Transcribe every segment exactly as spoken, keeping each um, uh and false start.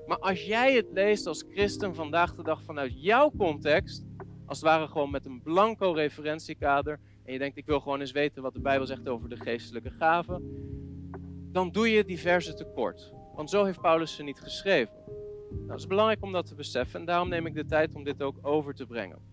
Maar als jij het leest als christen vandaag de dag vanuit jouw context, als het ware gewoon met een blanco referentiekader, en je denkt ik wil gewoon eens weten wat de Bijbel zegt over de geestelijke gaven, dan doe je die verzen tekort. Want zo heeft Paulus ze niet geschreven. Nou, het is belangrijk om dat te beseffen en daarom neem ik de tijd om dit ook over te brengen.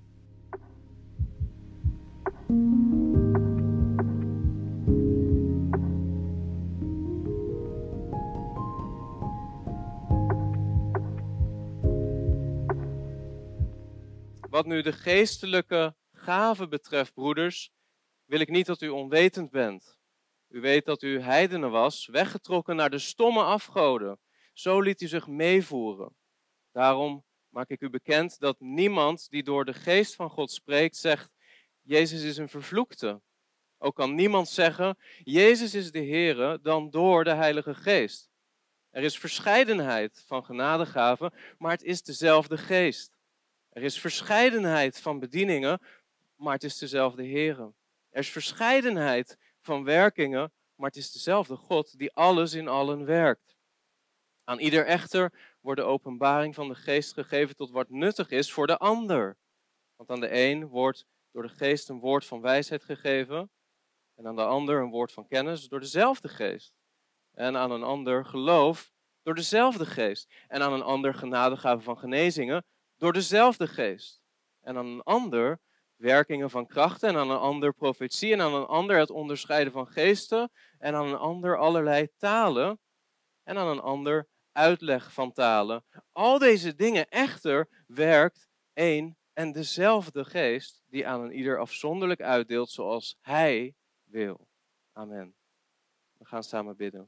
Wat nu de geestelijke gaven betreft, broeders, wil ik niet dat u onwetend bent. U weet dat u heidenen was, weggetrokken naar de stomme afgoden. Zo liet u zich meevoeren. Daarom maak ik u bekend dat niemand die door de geest van God spreekt, zegt, Jezus is een vervloekte. Ook kan niemand zeggen, Jezus is de Heere, dan door de Heilige Geest. Er is verscheidenheid van genadegaven, maar het is dezelfde Geest. Er is verscheidenheid van bedieningen, maar het is dezelfde Heere. Er is verscheidenheid van werkingen, maar het is dezelfde God die alles in allen werkt. Aan ieder echter wordt de openbaring van de Geest gegeven tot wat nuttig is voor de ander. Want aan de een wordt door de Geest een woord van wijsheid gegeven, en aan de ander een woord van kennis door dezelfde Geest. En aan een ander geloof door dezelfde Geest. En aan een ander genadegave van genezingen door dezelfde Geest. En aan een ander werkingen van krachten, en aan een ander profetie, en aan een ander het onderscheiden van geesten, en aan een ander allerlei talen, en aan een ander uitleg van talen. Al deze dingen echter werkt één en dezelfde Geest, die aan een ieder afzonderlijk uitdeelt zoals Hij wil. Amen. We gaan samen bidden.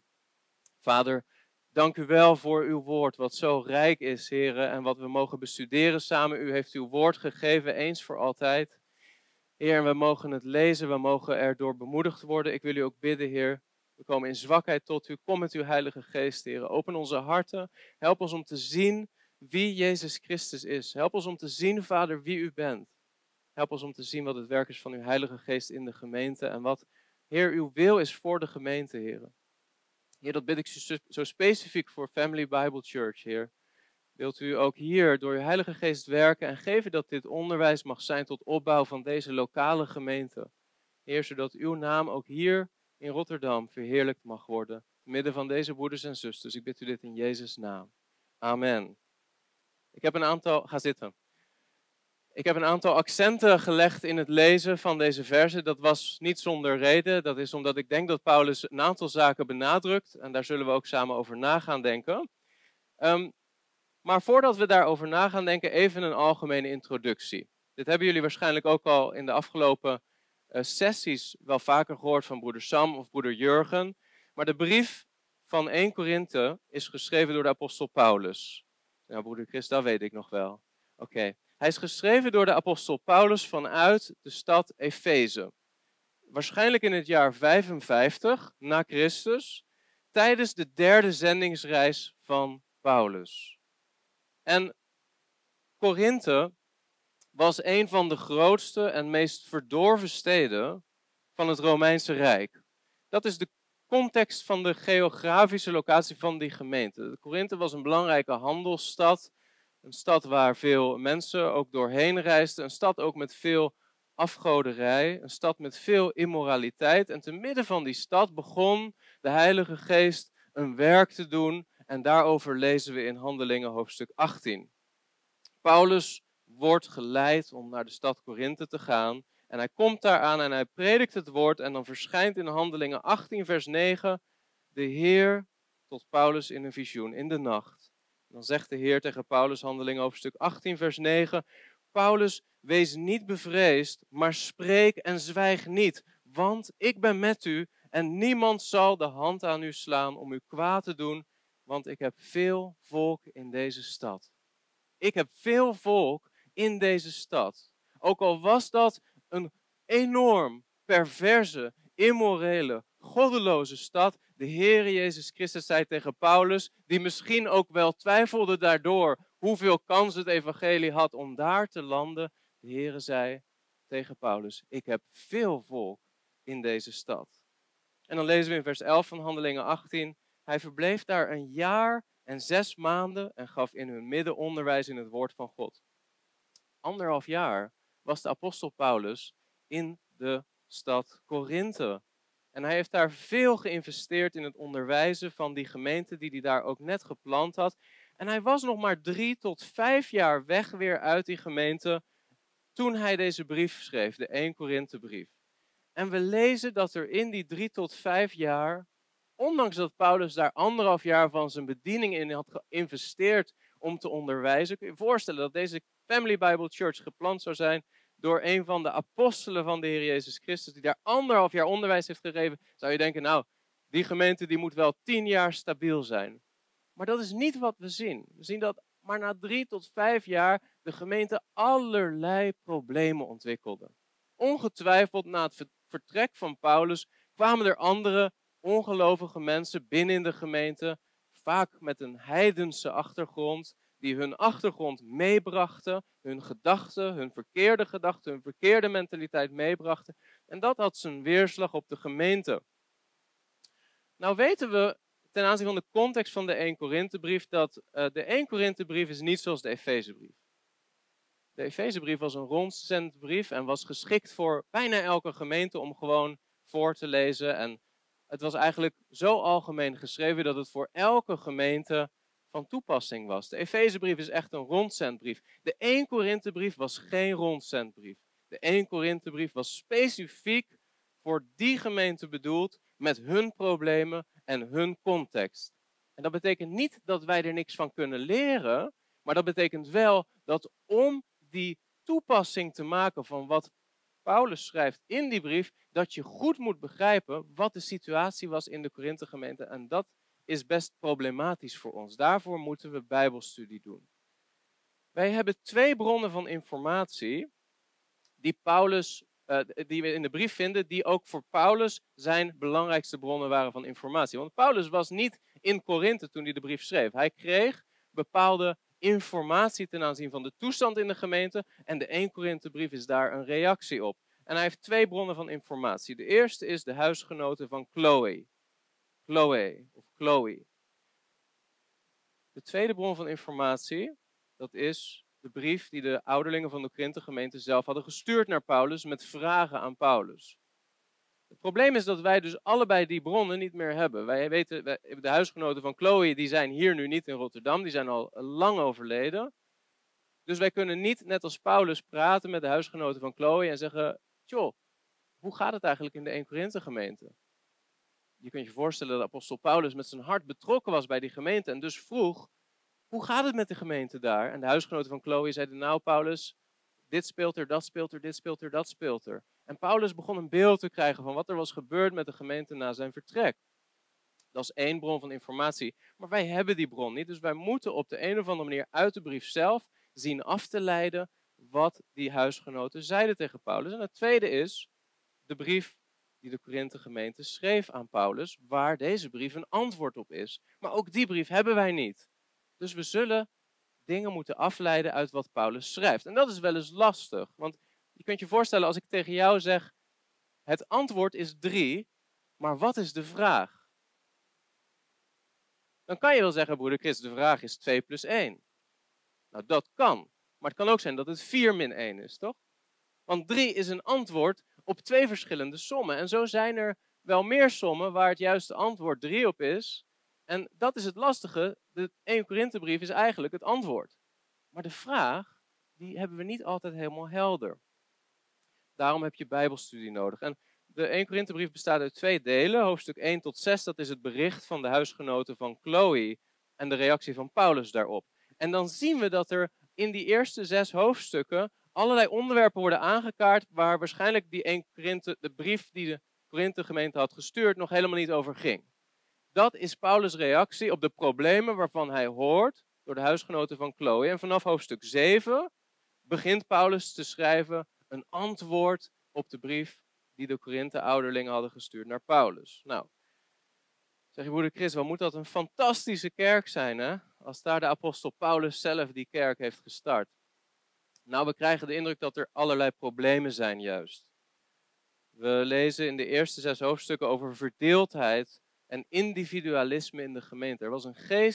Vader, dank u wel voor uw woord, wat zo rijk is, heren, en wat we mogen bestuderen samen. U heeft uw woord gegeven, eens voor altijd. Heer, en we mogen het lezen, we mogen erdoor bemoedigd worden. Ik wil u ook bidden, Heer. We komen in zwakheid tot u. Kom met uw Heilige Geest, Heer. Open onze harten. Help ons om te zien wie Jezus Christus is. Help ons om te zien, Vader, wie u bent. Help ons om te zien wat het werk is van uw Heilige Geest in de gemeente. En wat, Heer, uw wil is voor de gemeente, Heer. Heer, dat bid ik zo, zo specifiek voor Family Bible Church, Heer. Wilt u ook hier door uw Heilige Geest werken en geven dat dit onderwijs mag zijn tot opbouw van deze lokale gemeente. Heer, zodat uw naam ook hier in Rotterdam verheerlijkt mag worden, te midden van deze broeders en zusters. Ik bid u dit in Jezus' naam. Amen. Ik heb een aantal, ga zitten. Ik heb een aantal accenten gelegd in het lezen van deze verzen. Dat was niet zonder reden. Dat is omdat ik denk dat Paulus een aantal zaken benadrukt. En daar zullen we ook samen over na gaan denken. Um, maar voordat we daarover na gaan denken, even een algemene introductie. Dit hebben jullie waarschijnlijk ook al in de afgelopen uh, sessies wel vaker gehoord van broeder Sam of broeder Jurgen. Maar de brief van Eerste Korinthe is geschreven door de apostel Paulus. Nou, broeder Chris, dat weet ik nog wel. Oké. Okay. Hij is geschreven door de apostel Paulus vanuit de stad Efeze. Waarschijnlijk in het jaar vijfenvijftig na Christus, tijdens de derde zendingsreis van Paulus. En Korinthe was een van de grootste en meest verdorven steden van het Romeinse Rijk. Dat is de context van de geografische locatie van die gemeente. Korinthe was een belangrijke handelsstad. Een stad waar veel mensen ook doorheen reisden. Een stad ook met veel afgoderij. Een stad met veel immoraliteit. En te midden van die stad begon de Heilige Geest een werk te doen. En daarover lezen we in Handelingen hoofdstuk achttien. Paulus wordt geleid om naar de stad Korinthe te gaan. En hij komt daar aan en hij predikt het woord. En dan verschijnt in Handelingen achttien vers negen de Heer tot Paulus in een visioen in de nacht. Dan zegt de Heer tegen Paulus, Handelingen hoofdstuk achttien vers negen, Paulus, wees niet bevreesd, maar spreek en zwijg niet, want ik ben met u en niemand zal de hand aan u slaan om u kwaad te doen, want ik heb veel volk in deze stad. Ik heb veel volk in deze stad. Ook al was dat een enorm perverse, immorele, goddeloze stad, de Heere Jezus Christus zei tegen Paulus, die misschien ook wel twijfelde daardoor hoeveel kans het evangelie had om daar te landen. De Heere zei tegen Paulus, ik heb veel volk in deze stad. En dan lezen we in vers elf van Handelingen achttien, hij verbleef daar een jaar en zes maanden en gaf in hun midden onderwijs in het woord van God. Anderhalf jaar was de apostel Paulus in de stad Korinthe. En hij heeft daar veel geïnvesteerd in het onderwijzen van die gemeente die hij daar ook net geplant had. En hij was nog maar drie tot vijf jaar weg weer uit die gemeente toen hij deze brief schreef, de Eerste Korinthebrief. En we lezen dat er in die drie tot vijf jaar, ondanks dat Paulus daar anderhalf jaar van zijn bediening in had geïnvesteerd om te onderwijzen, kun je je voorstellen dat deze Family Bible Church geplant zou zijn door een van de apostelen van de Heer Jezus Christus, die daar anderhalf jaar onderwijs heeft gegeven, zou je denken, nou, die gemeente die moet wel tien jaar stabiel zijn. Maar dat is niet wat we zien. We zien dat maar na drie tot vijf jaar de gemeente allerlei problemen ontwikkelde. Ongetwijfeld na het vertrek van Paulus kwamen er andere ongelovige mensen binnen in de gemeente, vaak met een heidense achtergrond, die hun achtergrond meebrachten, hun gedachten, hun verkeerde gedachten, hun verkeerde mentaliteit meebrachten. En dat had zijn weerslag op de gemeente. Nou weten we ten aanzien van de context van de Eerste Korinthebrief dat uh, de Eerste Korinthebrief is niet zoals de Efezebrief. De Efezebrief was een rondzendbrief en was geschikt voor bijna elke gemeente om gewoon voor te lezen. En het was eigenlijk zo algemeen geschreven dat het voor elke gemeente van toepassing was. De Efezebrief is echt een rondzendbrief. De Eerste Korinthebrief was geen rondzendbrief. De Eerste Korinthebrief was specifiek voor die gemeente bedoeld met hun problemen en hun context. En dat betekent niet dat wij er niks van kunnen leren, maar dat betekent wel dat om die toepassing te maken van wat Paulus schrijft in die brief, dat je goed moet begrijpen wat de situatie was in de Korinthe-gemeente. En dat is best problematisch voor ons. Daarvoor moeten we Bijbelstudie doen. Wij hebben twee bronnen van informatie die, Paulus, uh, die we in de brief vinden, die ook voor Paulus zijn belangrijkste bronnen waren van informatie. Want Paulus was niet in Korinthe toen hij de brief schreef. Hij kreeg bepaalde informatie ten aanzien van de toestand in de gemeente en de Eerste Korinthebrief is daar een reactie op. En hij heeft twee bronnen van informatie. De eerste is de huisgenoten van Chloe. Chloe of Chloe. De tweede bron van informatie, dat is de brief die de ouderlingen van de Korinthe-gemeente zelf hadden gestuurd naar Paulus met vragen aan Paulus. Het probleem is dat wij dus allebei die bronnen niet meer hebben. Wij weten, de huisgenoten van Chloe die zijn hier nu niet in Rotterdam, die zijn al lang overleden. Dus wij kunnen niet, net als Paulus, praten met de huisgenoten van Chloe en zeggen, joh, hoe gaat het eigenlijk in de Eerste Korinthe-gemeente? Je kunt je voorstellen dat apostel Paulus met zijn hart betrokken was bij die gemeente en dus vroeg, hoe gaat het met de gemeente daar? En de huisgenoten van Chloe zeiden, nou Paulus, dit speelt er, dat speelt er, dit speelt er, dat speelt er. En Paulus begon een beeld te krijgen van wat er was gebeurd met de gemeente na zijn vertrek. Dat is één bron van informatie. Maar wij hebben die bron niet, dus wij moeten op de een of andere manier uit de brief zelf zien af te leiden wat die huisgenoten zeiden tegen Paulus. En het tweede is de brief die de Korinthe gemeente schreef aan Paulus, waar deze brief een antwoord op is. Maar ook die brief hebben wij niet. Dus we zullen dingen moeten afleiden uit wat Paulus schrijft. En dat is wel eens lastig, want je kunt je voorstellen als ik tegen jou zeg, het antwoord is drie, maar wat is de vraag? Dan kan je wel zeggen, broeder Chris, de vraag is twee plus één. Nou, dat kan. Maar het kan ook zijn dat het vier min één is, toch? Want drie is een antwoord op twee verschillende sommen. En zo zijn er wel meer sommen waar het juiste antwoord drie op is. En dat is het lastige. De Eerste Korinthebrief is eigenlijk het antwoord. Maar de vraag, die hebben we niet altijd helemaal helder. Daarom heb je Bijbelstudie nodig. En de Eerste Korinthebrief bestaat uit twee delen. Hoofdstuk één tot zes, dat is het bericht van de huisgenoten van Chloe en de reactie van Paulus daarop. En dan zien we dat er in die eerste zes hoofdstukken allerlei onderwerpen worden aangekaart waar waarschijnlijk die Eerste Korinthe, de brief die de Korinthe gemeente had gestuurd nog helemaal niet over ging. Dat is Paulus' reactie op de problemen waarvan hij hoort door de huisgenoten van Chloe. En vanaf hoofdstuk zeven begint Paulus te schrijven een antwoord op de brief die de Korinthe-ouderlingen hadden gestuurd naar Paulus. Nou, zeg je broeder Chris, wat moet dat een fantastische kerk zijn, hè? Als daar de apostel Paulus zelf die kerk heeft gestart. Nou, we krijgen de indruk dat er allerlei problemen zijn juist. We lezen in de eerste zes hoofdstukken over verdeeldheid en individualisme in de gemeente. Er was een geest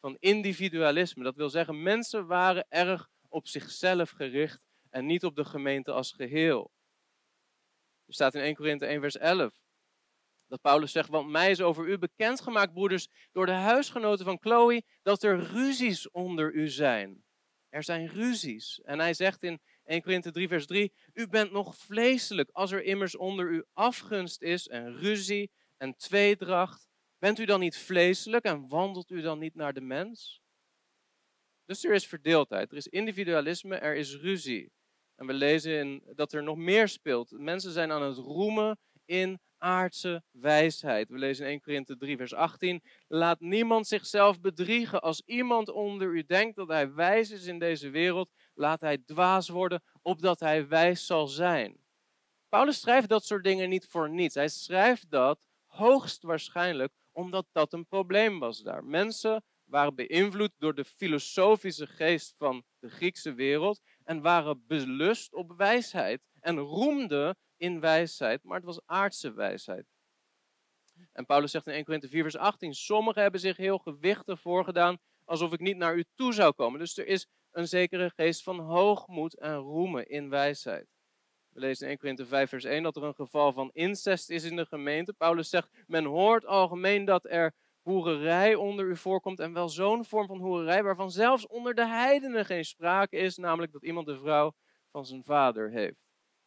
van individualisme. Dat wil zeggen, mensen waren erg op zichzelf gericht en niet op de gemeente als geheel. Er staat in Eerste Korinthe één vers elf. Dat Paulus zegt, want mij is over u bekendgemaakt, broeders, door de huisgenoten van Chloe, dat er ruzies onder u zijn. Er zijn ruzies. En hij zegt in Eerste Korinthe drie vers drie, u bent nog vleeselijk, als er immers onder u afgunst is en ruzie en tweedracht. Bent u dan niet vleeselijk en wandelt u dan niet naar de mens? Dus er is verdeeldheid, er is individualisme, er is ruzie. En we lezen in dat er nog meer speelt. Mensen zijn aan het roemen in aardse wijsheid. We lezen in Eerste Korinthe drie vers achttien. Laat niemand zichzelf bedriegen. Als iemand onder u denkt dat hij wijs is in deze wereld, laat hij dwaas worden, opdat hij wijs zal zijn. Paulus schrijft dat soort dingen niet voor niets. Hij schrijft dat hoogstwaarschijnlijk omdat dat een probleem was daar. Mensen waren beïnvloed door de filosofische geest van de Griekse wereld en waren belust op wijsheid en roemden in wijsheid, maar het was aardse wijsheid. En Paulus zegt in Eerste Korinthe vier vers achttien, sommigen hebben zich heel gewichtig voorgedaan alsof ik niet naar u toe zou komen. Dus er is een zekere geest van hoogmoed en roemen in wijsheid. We lezen in Eerste Korinthe vijf vers één dat er een geval van incest is in de gemeente. Paulus zegt, men hoort algemeen dat er hoererij onder u voorkomt en wel zo'n vorm van hoererij waarvan zelfs onder de heidenen geen sprake is, namelijk dat iemand de vrouw van zijn vader heeft.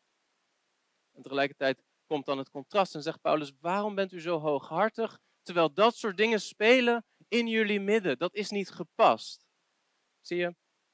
En tegelijkertijd komt dan het contrast en zegt Paulus, waarom bent u zo hooghartig, terwijl dat soort dingen spelen in jullie midden? Dat is niet gepast. Zie je?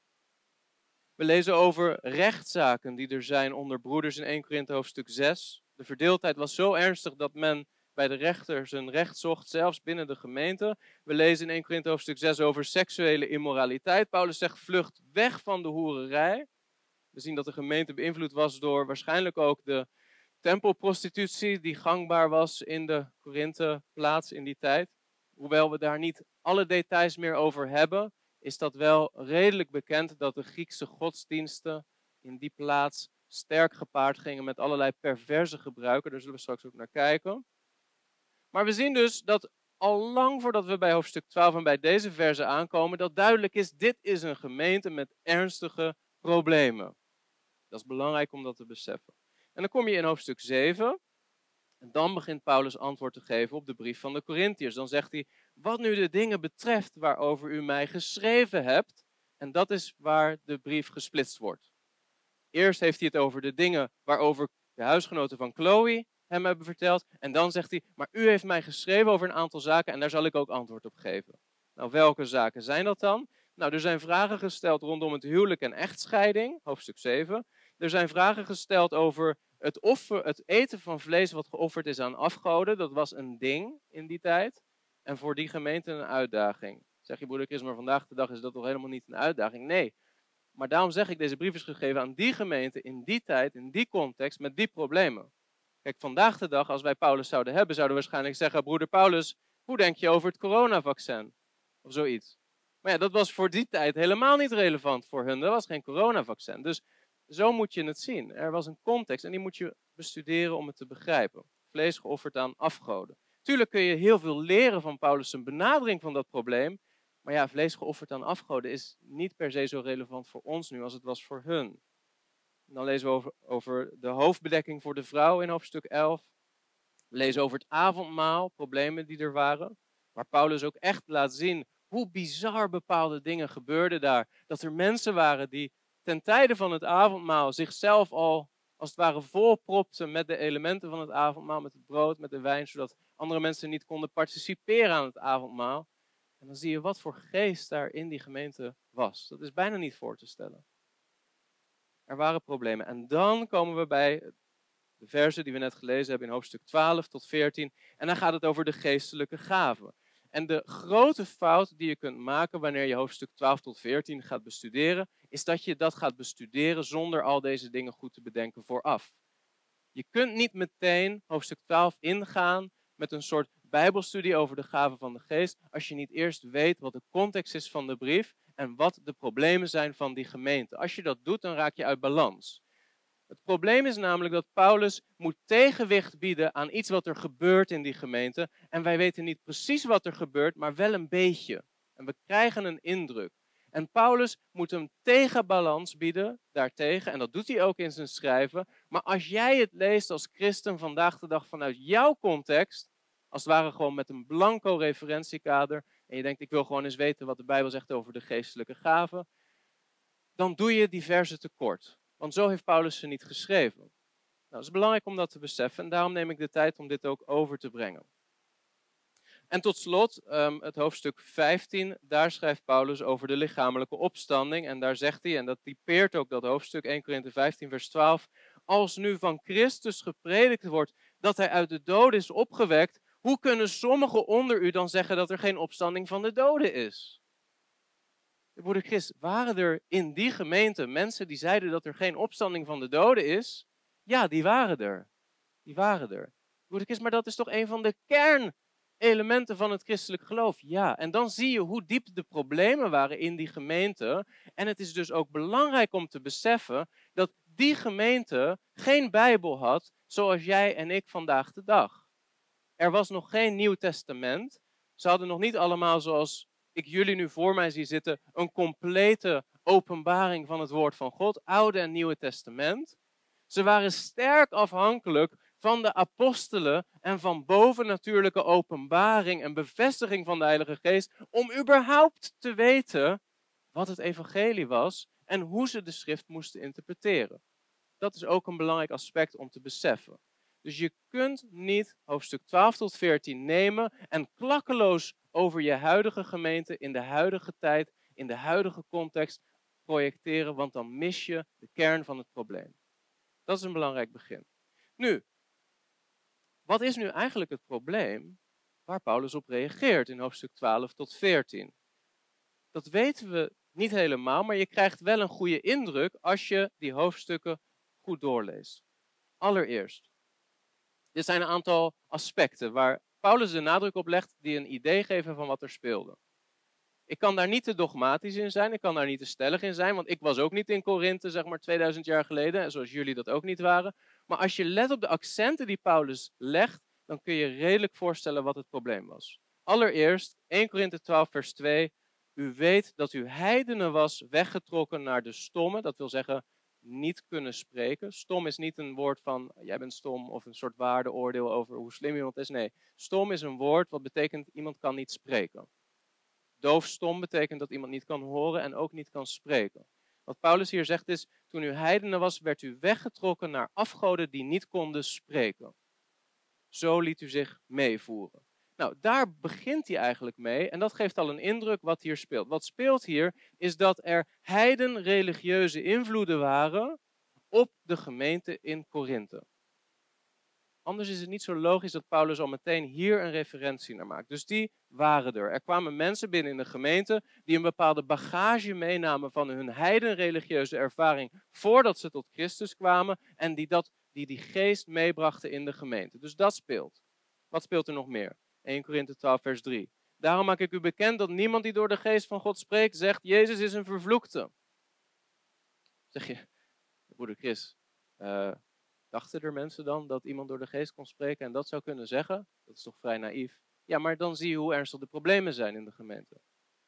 We lezen over rechtszaken die er zijn onder broeders in Eerste Korinthe hoofdstuk zes. De verdeeldheid was zo ernstig dat men bij de rechter zijn recht zocht, zelfs binnen de gemeente. We lezen in Eerste Korinthe hoofdstuk zes over seksuele immoraliteit. Paulus zegt, vlucht weg van de hoererij. We zien dat de gemeente beïnvloed was door waarschijnlijk ook de tempelprostitutie die gangbaar was in de Korinthe-plaats in die tijd. Hoewel we daar niet alle details meer over hebben, is dat wel redelijk bekend dat de Griekse godsdiensten in die plaats sterk gepaard gingen met allerlei perverse gebruiken. Daar zullen we straks ook naar kijken. Maar we zien dus dat al lang voordat we bij hoofdstuk twaalf en bij deze verse aankomen, dat duidelijk is, dit is een gemeente met ernstige problemen. Dat is belangrijk om dat te beseffen. En dan kom je in hoofdstuk zeven. En dan begint Paulus antwoord te geven op de brief van de Korintiërs. Dan zegt hij, wat nu de dingen betreft waarover u mij geschreven hebt. En dat is waar de brief gesplitst wordt. Eerst heeft hij het over de dingen waarover de huisgenoten van Chloe hem hebben verteld. En dan zegt hij, maar u heeft mij geschreven over een aantal zaken en daar zal ik ook antwoord op geven. Nou, welke zaken zijn dat dan? Nou, er zijn vragen gesteld rondom het huwelijk en echtscheiding, hoofdstuk zeven. Er zijn vragen gesteld over het, offer, het eten van vlees wat geofferd is aan afgoden. Dat was een ding in die tijd. En voor die gemeente een uitdaging. Zeg je, broeder Chris, maar vandaag de dag is dat toch helemaal niet een uitdaging? Nee. Maar daarom zeg ik, deze brief is gegeven aan die gemeente in die tijd, in die context, met die problemen. Kijk, vandaag de dag, als wij Paulus zouden hebben, zouden we waarschijnlijk zeggen, broeder Paulus, hoe denk je over het coronavaccin? Of zoiets. Maar ja, dat was voor die tijd helemaal niet relevant voor hun. Er was geen coronavaccin. Dus zo moet je het zien. Er was een context en die moet je bestuderen om het te begrijpen. Vlees geofferd aan afgoden. Tuurlijk kun je heel veel leren van Paulus' zijn benadering van dat probleem. Maar ja, vlees geofferd aan afgoden is niet per se zo relevant voor ons nu als het was voor hun. Dan lezen we over, over de hoofdbedekking voor de vrouw in hoofdstuk elf. We lezen over het avondmaal, problemen die er waren. Waar Paulus ook echt laat zien hoe bizar bepaalde dingen gebeurden daar. Dat er mensen waren die ten tijde van het avondmaal zichzelf al als het ware volpropten met de elementen van het avondmaal, met het brood, met de wijn, zodat andere mensen niet konden participeren aan het avondmaal. En dan zie je wat voor geest daar in die gemeente was. Dat is bijna niet voor te stellen. Er waren problemen. En dan komen we bij de versen die we net gelezen hebben in hoofdstuk twaalf tot veertien. En dan gaat het over de geestelijke gaven. En de grote fout die je kunt maken wanneer je hoofdstuk twaalf tot veertien gaat bestuderen, is dat je dat gaat bestuderen zonder al deze dingen goed te bedenken vooraf. Je kunt niet meteen hoofdstuk twaalf ingaan met een soort bijbelstudie over de gaven van de geest, als je niet eerst weet wat de context is van de brief en wat de problemen zijn van die gemeente. Als je dat doet, dan raak je uit balans. Het probleem is namelijk dat Paulus moet tegenwicht bieden aan iets wat er gebeurt in die gemeente. En wij weten niet precies wat er gebeurt, maar wel een beetje. En we krijgen een indruk. En Paulus moet een tegenbalans bieden daartegen. En dat doet hij ook in zijn schrijven. Maar als jij het leest als christen vandaag de dag vanuit jouw context, als het ware gewoon met een blanco referentiekader, en je denkt ik wil gewoon eens weten wat de Bijbel zegt over de geestelijke gaven, dan doe je die verzen tekort. Want zo heeft Paulus ze niet geschreven. Nou, het is belangrijk om dat te beseffen en daarom neem ik de tijd om dit ook over te brengen. En tot slot, um, het hoofdstuk vijftien, daar schrijft Paulus over de lichamelijke opstanding. En daar zegt hij, en dat typeert ook dat hoofdstuk, eerste Korinthe vijftien vers twaalf, als nu van Christus gepredikt wordt dat hij uit de doden is opgewekt, hoe kunnen sommigen onder u dan zeggen dat er geen opstanding van de doden is? Broeder Chris, waren er in die gemeente mensen die zeiden dat er geen opstanding van de doden is? Ja, die waren er. Die waren er. Broeder Chris, maar dat is toch een van de kernelementen van het christelijk geloof? Ja, en dan zie je hoe diep de problemen waren in die gemeente. En het is dus ook belangrijk om te beseffen dat die gemeente geen Bijbel had zoals jij en ik vandaag de dag. Er was nog geen Nieuw Testament. Ze hadden nog niet allemaal zoals ik jullie nu voor mij zie zitten, een complete openbaring van het woord van God, Oude en Nieuwe Testament. Ze waren sterk afhankelijk van de apostelen en van bovennatuurlijke openbaring en bevestiging van de Heilige Geest, om überhaupt te weten wat het evangelie was en hoe ze de schrift moesten interpreteren. Dat is ook een belangrijk aspect om te beseffen. Dus je kunt niet hoofdstuk twaalf tot veertien nemen en klakkeloos over je huidige gemeente, in de huidige tijd, in de huidige context projecteren, want dan mis je de kern van het probleem. Dat is een belangrijk begin. Nu, wat is nu eigenlijk het probleem waar Paulus op reageert in hoofdstuk twaalf tot veertien? Dat weten we niet helemaal, maar je krijgt wel een goede indruk als je die hoofdstukken goed doorleest. Allereerst, dit zijn een aantal aspecten waar Paulus de nadruk op legt die een idee geven van wat er speelde. Ik kan daar niet te dogmatisch in zijn, ik kan daar niet te stellig in zijn, want ik was ook niet in Korinthe, zeg maar tweeduizend jaar geleden, zoals jullie dat ook niet waren. Maar als je let op de accenten die Paulus legt, dan kun je redelijk voorstellen wat het probleem was. Allereerst, eerste Korinthe twaalf vers twee, u weet dat u heidenen was weggetrokken naar de stomme, dat wil zeggen niet kunnen spreken. Stom is niet een woord van, jij bent stom, of een soort waardeoordeel over hoe slim iemand is. Nee, stom is een woord wat betekent, iemand kan niet spreken. Doofstom betekent dat iemand niet kan horen en ook niet kan spreken. Wat Paulus hier zegt is, toen u heidenen was, werd u weggetrokken naar afgoden die niet konden spreken. Zo liet u zich meevoeren. Nou, daar begint hij eigenlijk mee en dat geeft al een indruk wat hier speelt. Wat speelt hier is dat er heiden religieuze invloeden waren op de gemeente in Korinthe. Anders is het niet zo logisch dat Paulus al meteen hier een referentie naar maakt. Dus die waren er. Er kwamen mensen binnen in de gemeente die een bepaalde bagage meenamen van hun heidenreligieuze ervaring voordat ze tot Christus kwamen en die dat, die, die geest meebrachten in de gemeente. Dus dat speelt. Wat speelt er nog meer? eerste Korinthe twaalf vers drie. Daarom maak ik u bekend dat niemand die door de geest van God spreekt zegt, Jezus is een vervloekte. Zeg je, broeder Chris, uh, dachten er mensen dan dat iemand door de geest kon spreken en dat zou kunnen zeggen? Dat is toch vrij naïef. Ja, maar dan zie je hoe ernstig de problemen zijn in de gemeente.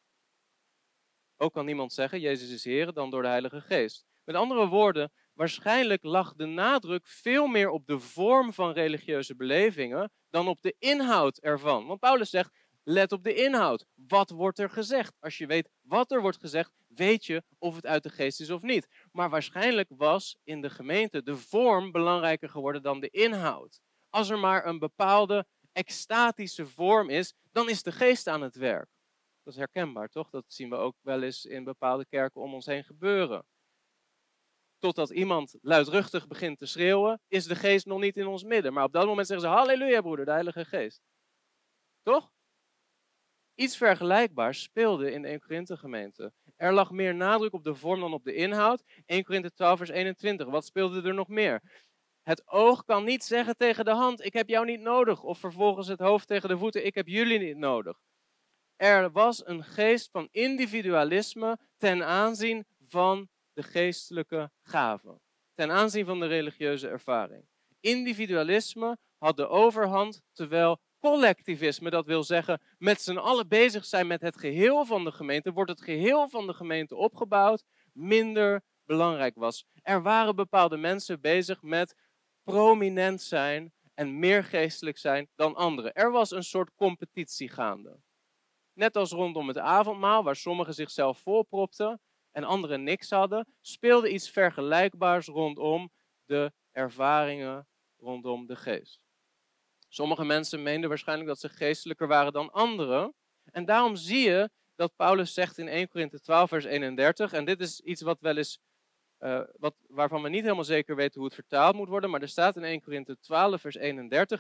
Ook kan niemand zeggen, Jezus is Heer, dan door de Heilige Geest. Met andere woorden, waarschijnlijk lag de nadruk veel meer op de vorm van religieuze belevingen dan op de inhoud ervan. Want Paulus zegt, let op de inhoud. Wat wordt er gezegd? Als je weet wat er wordt gezegd, weet je of het uit de geest is of niet. Maar waarschijnlijk was in de gemeente de vorm belangrijker geworden dan de inhoud. Als er maar een bepaalde extatische vorm is, dan is de geest aan het werk. Dat is herkenbaar, toch? Dat zien we ook wel eens in bepaalde kerken om ons heen gebeuren. Totdat iemand luidruchtig begint te schreeuwen, is de geest nog niet in ons midden. Maar op dat moment zeggen ze, halleluja broeder, de Heilige Geest. Toch? Iets vergelijkbaars speelde in de eerste Korinthe gemeente. Er lag meer nadruk op de vorm dan op de inhoud. eerste Korinthe twaalf vers eenentwintig. Wat speelde er nog meer? Het oog kan niet zeggen tegen de hand, ik heb jou niet nodig. Of vervolgens het hoofd tegen de voeten, ik heb jullie niet nodig. Er was een geest van individualisme ten aanzien van de geestelijke gaven. Ten aanzien van de religieuze ervaring. Individualisme had de overhand, terwijl collectivisme, dat wil zeggen met z'n allen bezig zijn met het geheel van de gemeente, wordt het geheel van de gemeente opgebouwd, minder belangrijk was. Er waren bepaalde mensen bezig met prominent zijn en meer geestelijk zijn dan anderen. Er was een soort competitie gaande. Net als rondom het avondmaal, waar sommigen zichzelf volpropten en anderen niks hadden, speelde iets vergelijkbaars rondom de ervaringen rondom de geest. Sommige mensen meenden waarschijnlijk dat ze geestelijker waren dan anderen. En daarom zie je dat Paulus zegt in eerste Korinthe twaalf vers eenendertig, en dit is iets wat wel eens, uh, wat, waarvan we niet helemaal zeker weten hoe het vertaald moet worden, maar er staat in eerste Korinthe twaalf vers eenendertig,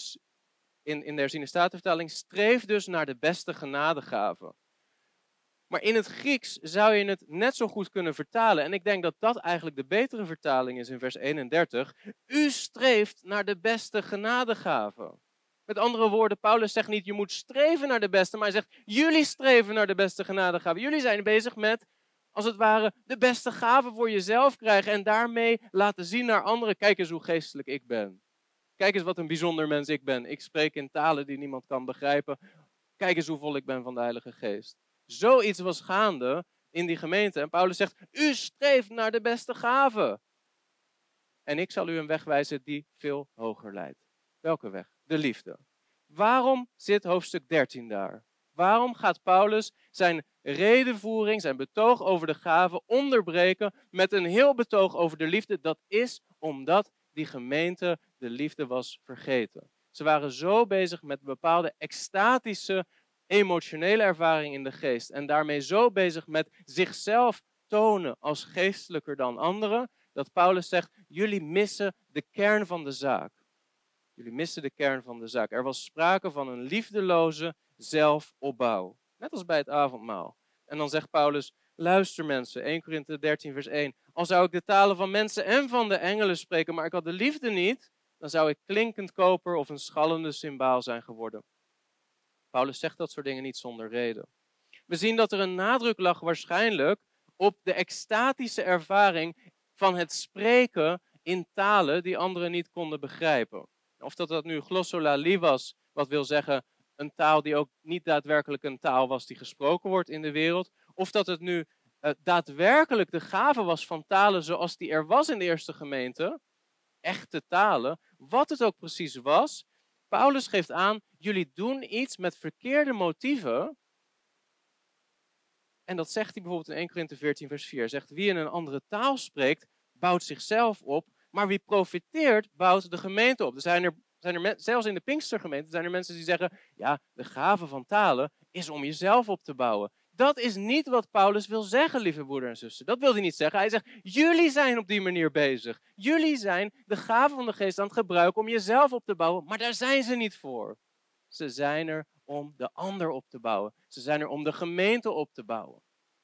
in, in de herziene statenvertaling, streef dus naar de beste genadegave. Maar in het Grieks zou je het net zo goed kunnen vertalen. En ik denk dat dat eigenlijk de betere vertaling is in vers eenendertig. U streeft naar de beste genadegave. Met andere woorden, Paulus zegt niet je moet streven naar de beste, maar hij zegt jullie streven naar de beste genadegave. Jullie zijn bezig met, als het ware, de beste gave voor jezelf krijgen en daarmee laten zien naar anderen. Kijk eens hoe geestelijk ik ben. Kijk eens wat een bijzonder mens ik ben. Ik spreek in talen die niemand kan begrijpen. Kijk eens hoe vol ik ben van de Heilige Geest. Zoiets was gaande in die gemeente. En Paulus zegt, u streeft naar de beste gave. En ik zal u een weg wijzen die veel hoger leidt. Welke weg? De liefde. Waarom zit hoofdstuk dertien daar? Waarom gaat Paulus zijn redenvoering, zijn betoog over de gave onderbreken met een heel betoog over de liefde? Dat is omdat die gemeente de liefde was vergeten. Ze waren zo bezig met bepaalde extatische emotionele ervaring in de geest en daarmee zo bezig met zichzelf tonen als geestelijker dan anderen, dat Paulus zegt, jullie missen de kern van de zaak. Jullie missen de kern van de zaak. Er was sprake van een liefdeloze zelfopbouw. Net als bij het avondmaal. En dan zegt Paulus, luister mensen, eerste Korinthe dertien vers één. Al zou ik de talen van mensen en van de engelen spreken, maar ik had de liefde niet, dan zou ik klinkend koper of een schallende cymbaal zijn geworden. Paulus zegt dat soort dingen niet zonder reden. We zien dat er een nadruk lag waarschijnlijk op de extatische ervaring van het spreken in talen die anderen niet konden begrijpen. Of dat dat nu glossolalie was, wat wil zeggen een taal die ook niet daadwerkelijk een taal was die gesproken wordt in de wereld. Of dat het nu uh, daadwerkelijk de gave was van talen zoals die er was in de eerste gemeente. Echte talen. Wat het ook precies was. Paulus geeft aan, jullie doen iets met verkeerde motieven. En dat zegt hij bijvoorbeeld in eerste Korinthe veertien vers vier. Hij zegt, wie in een andere taal spreekt, bouwt zichzelf op. Maar wie profiteert, bouwt de gemeente op. Er zijn er, zijn er zelfs in de Pinkstergemeente zijn er mensen die zeggen, ja, de gave van talen is om jezelf op te bouwen. Dat is niet wat Paulus wil zeggen, lieve broeder en zuster. Dat wil hij niet zeggen. Hij zegt, jullie zijn op die manier bezig. Jullie zijn de gave van de geest aan het gebruiken om jezelf op te bouwen. Maar daar zijn ze niet voor. Ze zijn er om de ander op te bouwen. Ze zijn er om de gemeente op te bouwen.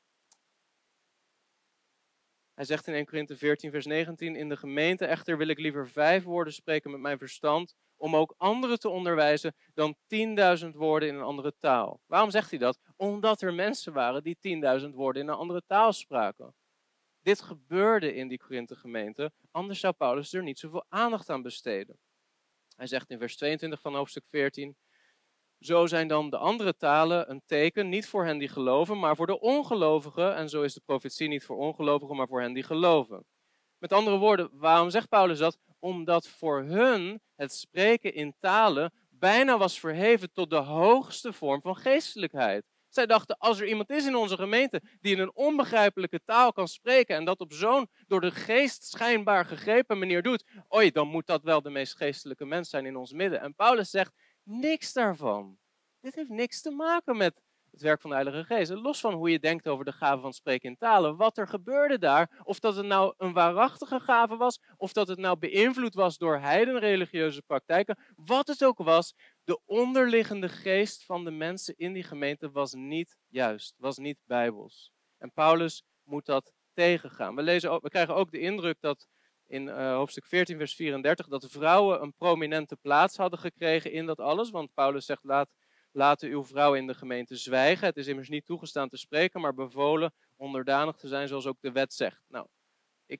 Hij zegt in eerste Korinthe veertien vers negentien, in de gemeente echter wil ik liever vijf woorden spreken met mijn verstand, om ook anderen te onderwijzen, dan tienduizend woorden in een andere taal. Waarom zegt hij dat? Omdat er mensen waren die tienduizend woorden in een andere taal spraken. Dit gebeurde in die Korinthe gemeente, anders zou Paulus er niet zoveel aandacht aan besteden. Hij zegt in vers tweeëntwintig van hoofdstuk veertien, zo zijn dan de andere talen een teken, niet voor hen die geloven, maar voor de ongelovigen. En zo is de profetie niet voor ongelovigen, maar voor hen die geloven. Met andere woorden, waarom zegt Paulus dat? Omdat voor hun het spreken in talen bijna was verheven tot de hoogste vorm van geestelijkheid. Zij dachten, als er iemand is in onze gemeente die in een onbegrijpelijke taal kan spreken en dat op zo'n door de geest schijnbaar gegrepen manier doet, oei, dan moet dat wel de meest geestelijke mens zijn in ons midden. En Paulus zegt, niks daarvan. Dit heeft niks te maken met het werk van de Heilige Geest. Los van hoe je denkt over de gave van spreken in talen. Wat er gebeurde daar. Of dat het nou een waarachtige gave was. Of dat het nou beïnvloed was door heidenreligieuze praktijken. Wat het ook was. De onderliggende geest van de mensen in die gemeente was niet juist. Was niet bijbels. En Paulus moet dat tegengaan. We, lezen ook, we krijgen ook de indruk dat in uh, hoofdstuk veertien vers vierendertig, dat de vrouwen een prominente plaats hadden gekregen in dat alles. Want Paulus zegt, laat, laten uw vrouwen in de gemeente zwijgen. Het is immers niet toegestaan te spreken, maar bevolen onderdanig te zijn zoals ook de wet zegt. Nou, ik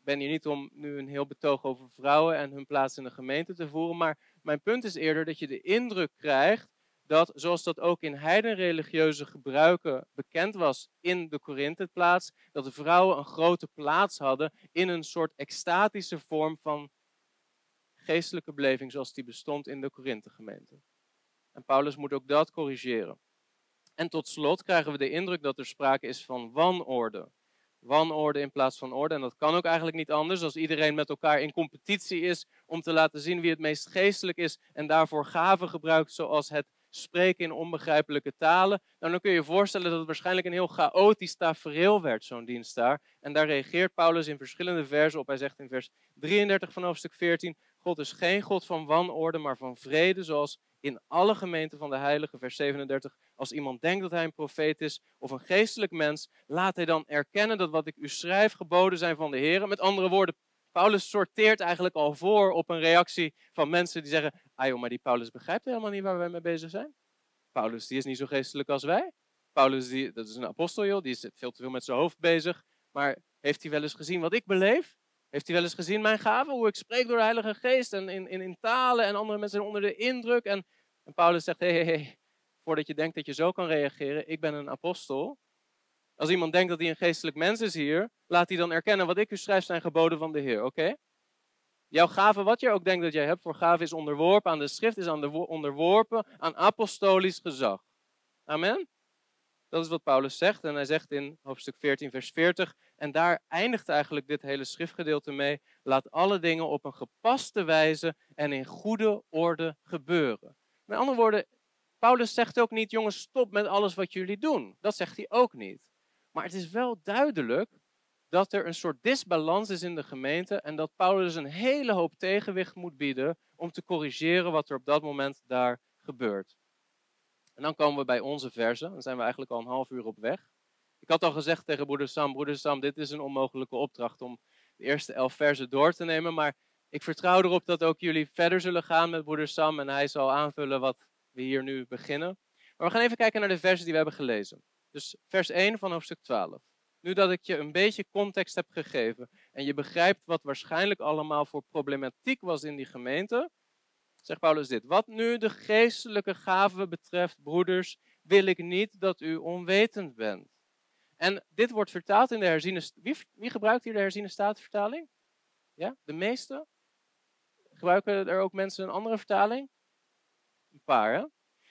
ben hier niet om nu een heel betoog over vrouwen en hun plaats in de gemeente te voeren, maar mijn punt is eerder dat je de indruk krijgt dat, zoals dat ook in heidenreligieuze gebruiken bekend was in de Korintheplaats, dat de vrouwen een grote plaats hadden in een soort extatische vorm van geestelijke beleving zoals die bestond in de Korinthegemeente. En Paulus moet ook dat corrigeren. En tot slot krijgen we de indruk dat er sprake is van wanorde. Wanorde in plaats van orde. En dat kan ook eigenlijk niet anders als iedereen met elkaar in competitie is om te laten zien wie het meest geestelijk is en daarvoor gaven gebruikt zoals het spreken in onbegrijpelijke talen. Nou, dan kun je je voorstellen dat het waarschijnlijk een heel chaotisch tafereel werd, zo'n dienst daar. En daar reageert Paulus in verschillende versen op. Hij zegt in vers drieëndertig van hoofdstuk veertien, God is geen God van wanorde, maar van vrede, zoals in alle gemeenten van de heiligen. Vers zevenendertig, als iemand denkt dat hij een profeet is of een geestelijk mens, laat hij dan erkennen dat wat ik u schrijf geboden zijn van de Heer. Met andere woorden, Paulus sorteert eigenlijk al voor op een reactie van mensen die zeggen, ah joh, maar die Paulus begrijpt helemaal niet waar wij mee bezig zijn. Paulus, die is niet zo geestelijk als wij. Paulus, die, dat is een apostel joh, die is veel te veel met zijn hoofd bezig. Maar heeft hij wel eens gezien wat ik beleef? Heeft hij wel eens gezien mijn gaven? Hoe ik spreek door de Heilige Geest en in, in, in talen en andere mensen zijn onder de indruk. En, en Paulus zegt, hé, hé, hé, voordat je denkt dat je zo kan reageren, ik ben een apostel. Als iemand denkt dat hij een geestelijk mens is hier, laat hij dan erkennen wat ik u schrijf zijn geboden van de Heer, oké? Okay? Jouw gave, wat je ook denkt dat jij hebt voor gave, is onderworpen aan de schrift, is aan de onderworpen aan apostolisch gezag. Amen? Dat is wat Paulus zegt en hij zegt in hoofdstuk veertien vers veertig, en daar eindigt eigenlijk dit hele schriftgedeelte mee, laat alle dingen op een gepaste wijze en in goede orde gebeuren. Met andere woorden, Paulus zegt ook niet, jongens, stop met alles wat jullie doen. Dat zegt hij ook niet. Maar het is wel duidelijk dat er een soort disbalans is in de gemeente en dat Paulus een hele hoop tegenwicht moet bieden om te corrigeren wat er op dat moment daar gebeurt. En dan komen we bij onze verzen. Dan zijn we eigenlijk al een half uur op weg. Ik had al gezegd tegen broeder Sam, broeder Sam, dit is een onmogelijke opdracht om de eerste elf verzen door te nemen, maar ik vertrouw erop dat ook jullie verder zullen gaan met broeder Sam en hij zal aanvullen wat we hier nu beginnen. Maar we gaan even kijken naar de versen die we hebben gelezen. Dus vers één van hoofdstuk twaalf. Nu dat ik je een beetje context heb gegeven en je begrijpt wat waarschijnlijk allemaal voor problematiek was in die gemeente, zegt Paulus dit. Wat nu de geestelijke gaven betreft, broeders, wil ik niet dat u onwetend bent. En dit wordt vertaald in de herziene... Wie, wie gebruikt hier de herziene statenvertaling? Ja, de meeste? Gebruiken er ook mensen een andere vertaling? Een paar, hè?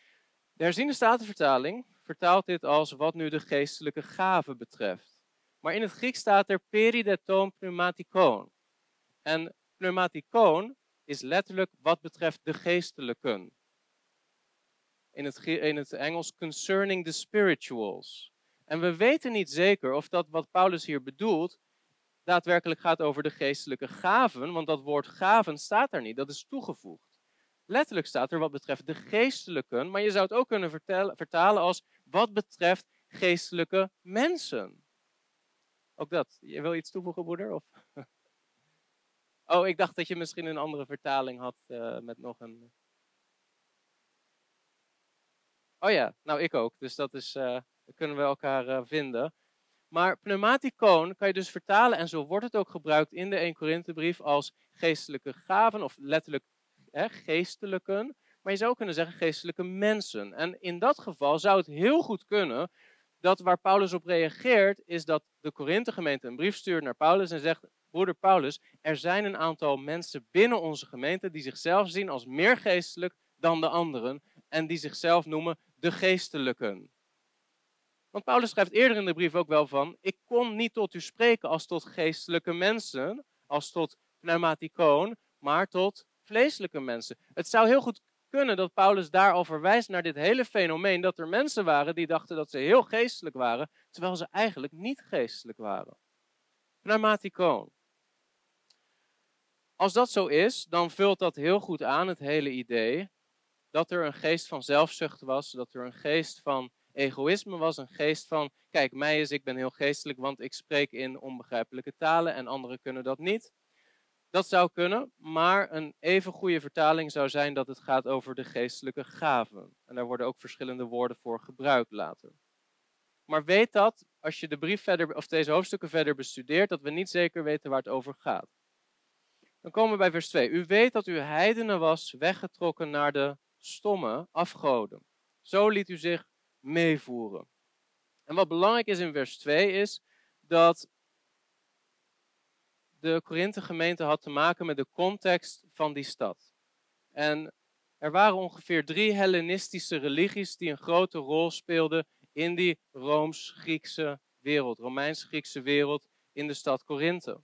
De herziene statenvertaling vertaalt dit als wat nu de geestelijke gaven betreft. Maar in het Grieks staat er perideton pneumatikon. En pneumatikon is letterlijk wat betreft de geestelijken. In het, in het Engels concerning the spirituals. En we weten niet zeker of dat wat Paulus hier bedoelt daadwerkelijk gaat over de geestelijke gaven, want dat woord gaven staat er niet, dat is toegevoegd. Letterlijk staat er wat betreft de geestelijken, maar je zou het ook kunnen vertellen, vertalen als wat betreft geestelijke mensen. Ook dat. Je wil iets toevoegen, broeder? Of? Oh, ik dacht dat je misschien een andere vertaling had uh, met nog een... Oh ja, nou ik ook. Dus dat is, uh, kunnen we elkaar uh, vinden. Maar pneumatikon kan je dus vertalen, en zo wordt het ook gebruikt in de Eerste Korinthebrief als geestelijke gaven, of letterlijk hè, geestelijken. Maar je zou kunnen zeggen geestelijke mensen. En in dat geval zou het heel goed kunnen dat waar Paulus op reageert, is dat de Korinthegemeente een brief stuurt naar Paulus en zegt, broeder Paulus, er zijn een aantal mensen binnen onze gemeente die zichzelf zien als meer geestelijk dan de anderen en die zichzelf noemen de geestelijken. Want Paulus schrijft eerder in de brief ook wel van, ik kon niet tot u spreken als tot geestelijke mensen, als tot pneumatikoon, maar tot vleeselijke mensen. Het zou heel goed kunnen dat Paulus daar al verwijst naar dit hele fenomeen, dat er mensen waren die dachten dat ze heel geestelijk waren, terwijl ze eigenlijk niet geestelijk waren. Pneumatikoon. Als dat zo is, dan vult dat heel goed aan het hele idee dat er een geest van zelfzucht was, dat er een geest van egoïsme was, een geest van, kijk, mij is, ik ben heel geestelijk, want ik spreek in onbegrijpelijke talen en anderen kunnen dat niet. Dat zou kunnen, maar een even goede vertaling zou zijn dat het gaat over de geestelijke gaven. En daar worden ook verschillende woorden voor gebruikt later. Maar weet dat, als je de brief verder, of deze hoofdstukken verder bestudeert, dat we niet zeker weten waar het over gaat. Dan komen we bij vers twee. U weet dat u heidenen was, weggetrokken naar de stomme afgoden. Zo liet u zich meevoeren. En wat belangrijk is in vers twee is dat de Korinthe gemeente had te maken met de context van die stad. En er waren ongeveer drie Hellenistische religies die een grote rol speelden in die Rooms-Griekse wereld, Romeins-Griekse wereld in de stad Korinthe.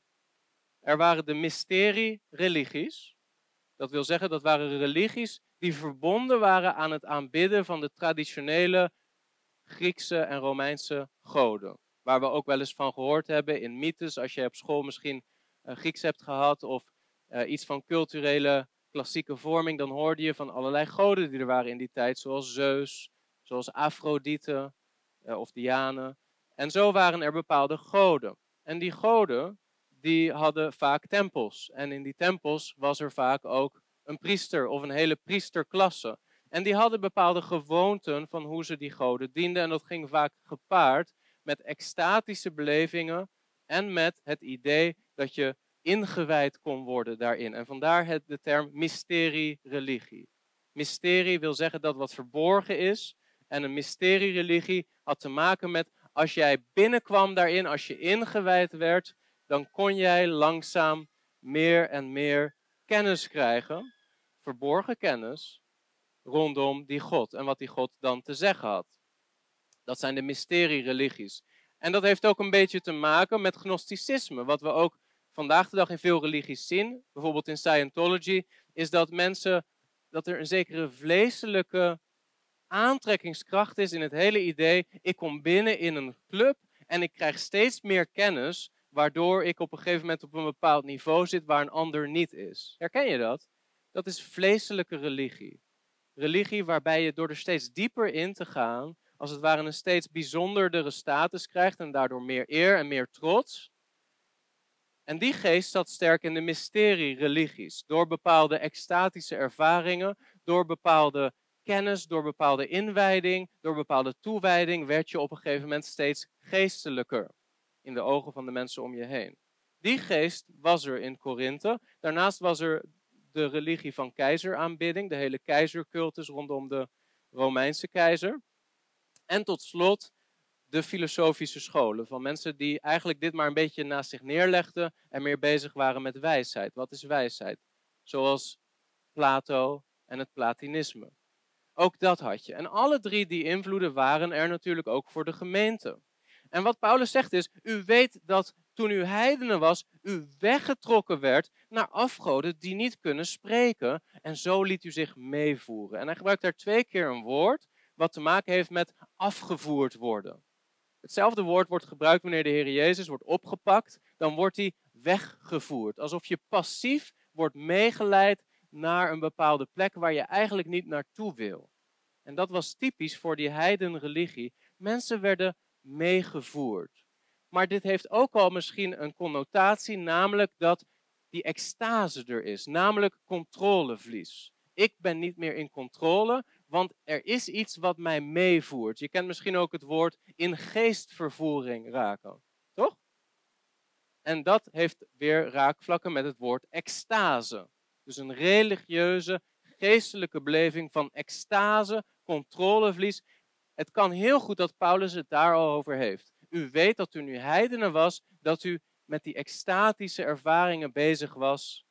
Er waren de mysterie-religies. Dat wil zeggen, dat waren religies die verbonden waren aan het aanbidden van de traditionele Griekse en Romeinse goden. Waar we ook wel eens van gehoord hebben in mythes, als je op school misschien uh, Grieks hebt gehad of uh, iets van culturele klassieke vorming, dan hoorde je van allerlei goden die er waren in die tijd, zoals Zeus, zoals Afrodite uh, of Diane. En zo waren er bepaalde goden. En die goden, die hadden vaak tempels. En in die tempels was er vaak ook een priester of een hele priesterklasse. En die hadden bepaalde gewoonten van hoe ze die goden dienden. En dat ging vaak gepaard met extatische belevingen en met het idee dat je ingewijd kon worden daarin. En vandaar het, de term mysterie-religie. Mysterie wil zeggen dat wat verborgen is. En een mysterie-religie had te maken met als jij binnenkwam daarin, als je ingewijd werd, dan kon jij langzaam meer en meer kennis krijgen, verborgen kennis, rondom die God en wat die God dan te zeggen had. Dat zijn de mysterie-religies. En dat heeft ook een beetje te maken met gnosticisme, wat we ook vandaag de dag in veel religies zien, bijvoorbeeld in Scientology, is dat mensen, dat er een zekere vleeselijke aantrekkingskracht is in het hele idee, ik kom binnen in een club en ik krijg steeds meer kennis, waardoor ik op een gegeven moment op een bepaald niveau zit waar een ander niet is. Herken je dat? Dat is vleeselijke religie. Religie waarbij je door er steeds dieper in te gaan, als het ware een steeds bijzonderdere status krijgt en daardoor meer eer en meer trots. En die geest zat sterk in de mysterie-religies. Door bepaalde extatische ervaringen, door bepaalde kennis, door bepaalde inwijding, door bepaalde toewijding werd je op een gegeven moment steeds geestelijker in de ogen van de mensen om je heen. Die geest was er in Korinthe. Daarnaast was er de religie van keizeraanbidding, de hele keizercultus rondom de Romeinse keizer. En tot slot de filosofische scholen van mensen die eigenlijk dit maar een beetje naast zich neerlegden en meer bezig waren met wijsheid. Wat is wijsheid? Zoals Plato en het Platonisme. Ook dat had je. En alle drie die invloeden waren er natuurlijk ook voor de gemeente. En wat Paulus zegt is, u weet dat toen u heidenen was, u weggetrokken werd naar afgoden die niet kunnen spreken. En zo liet u zich meevoeren. En hij gebruikt daar twee keer een woord wat te maken heeft met afgevoerd worden. Hetzelfde woord wordt gebruikt wanneer de Heer Jezus wordt opgepakt, dan wordt hij weggevoerd. Alsof je passief wordt meegeleid naar een bepaalde plek waar je eigenlijk niet naartoe wil. En dat was typisch voor die heidenreligie. Mensen werden meegevoerd. Maar dit heeft ook al misschien een connotatie, namelijk dat die extase er is, namelijk controleverlies. Ik ben niet meer in controle, want er is iets wat mij meevoert. Je kent misschien ook het woord in geestvervoering raken, toch? En dat heeft weer raakvlakken met het woord extase. Dus een religieuze, geestelijke beleving van extase, controleverlies. Het kan heel goed dat Paulus het daar al over heeft. U weet dat u nu heidenen was, dat u met die extatische ervaringen bezig was.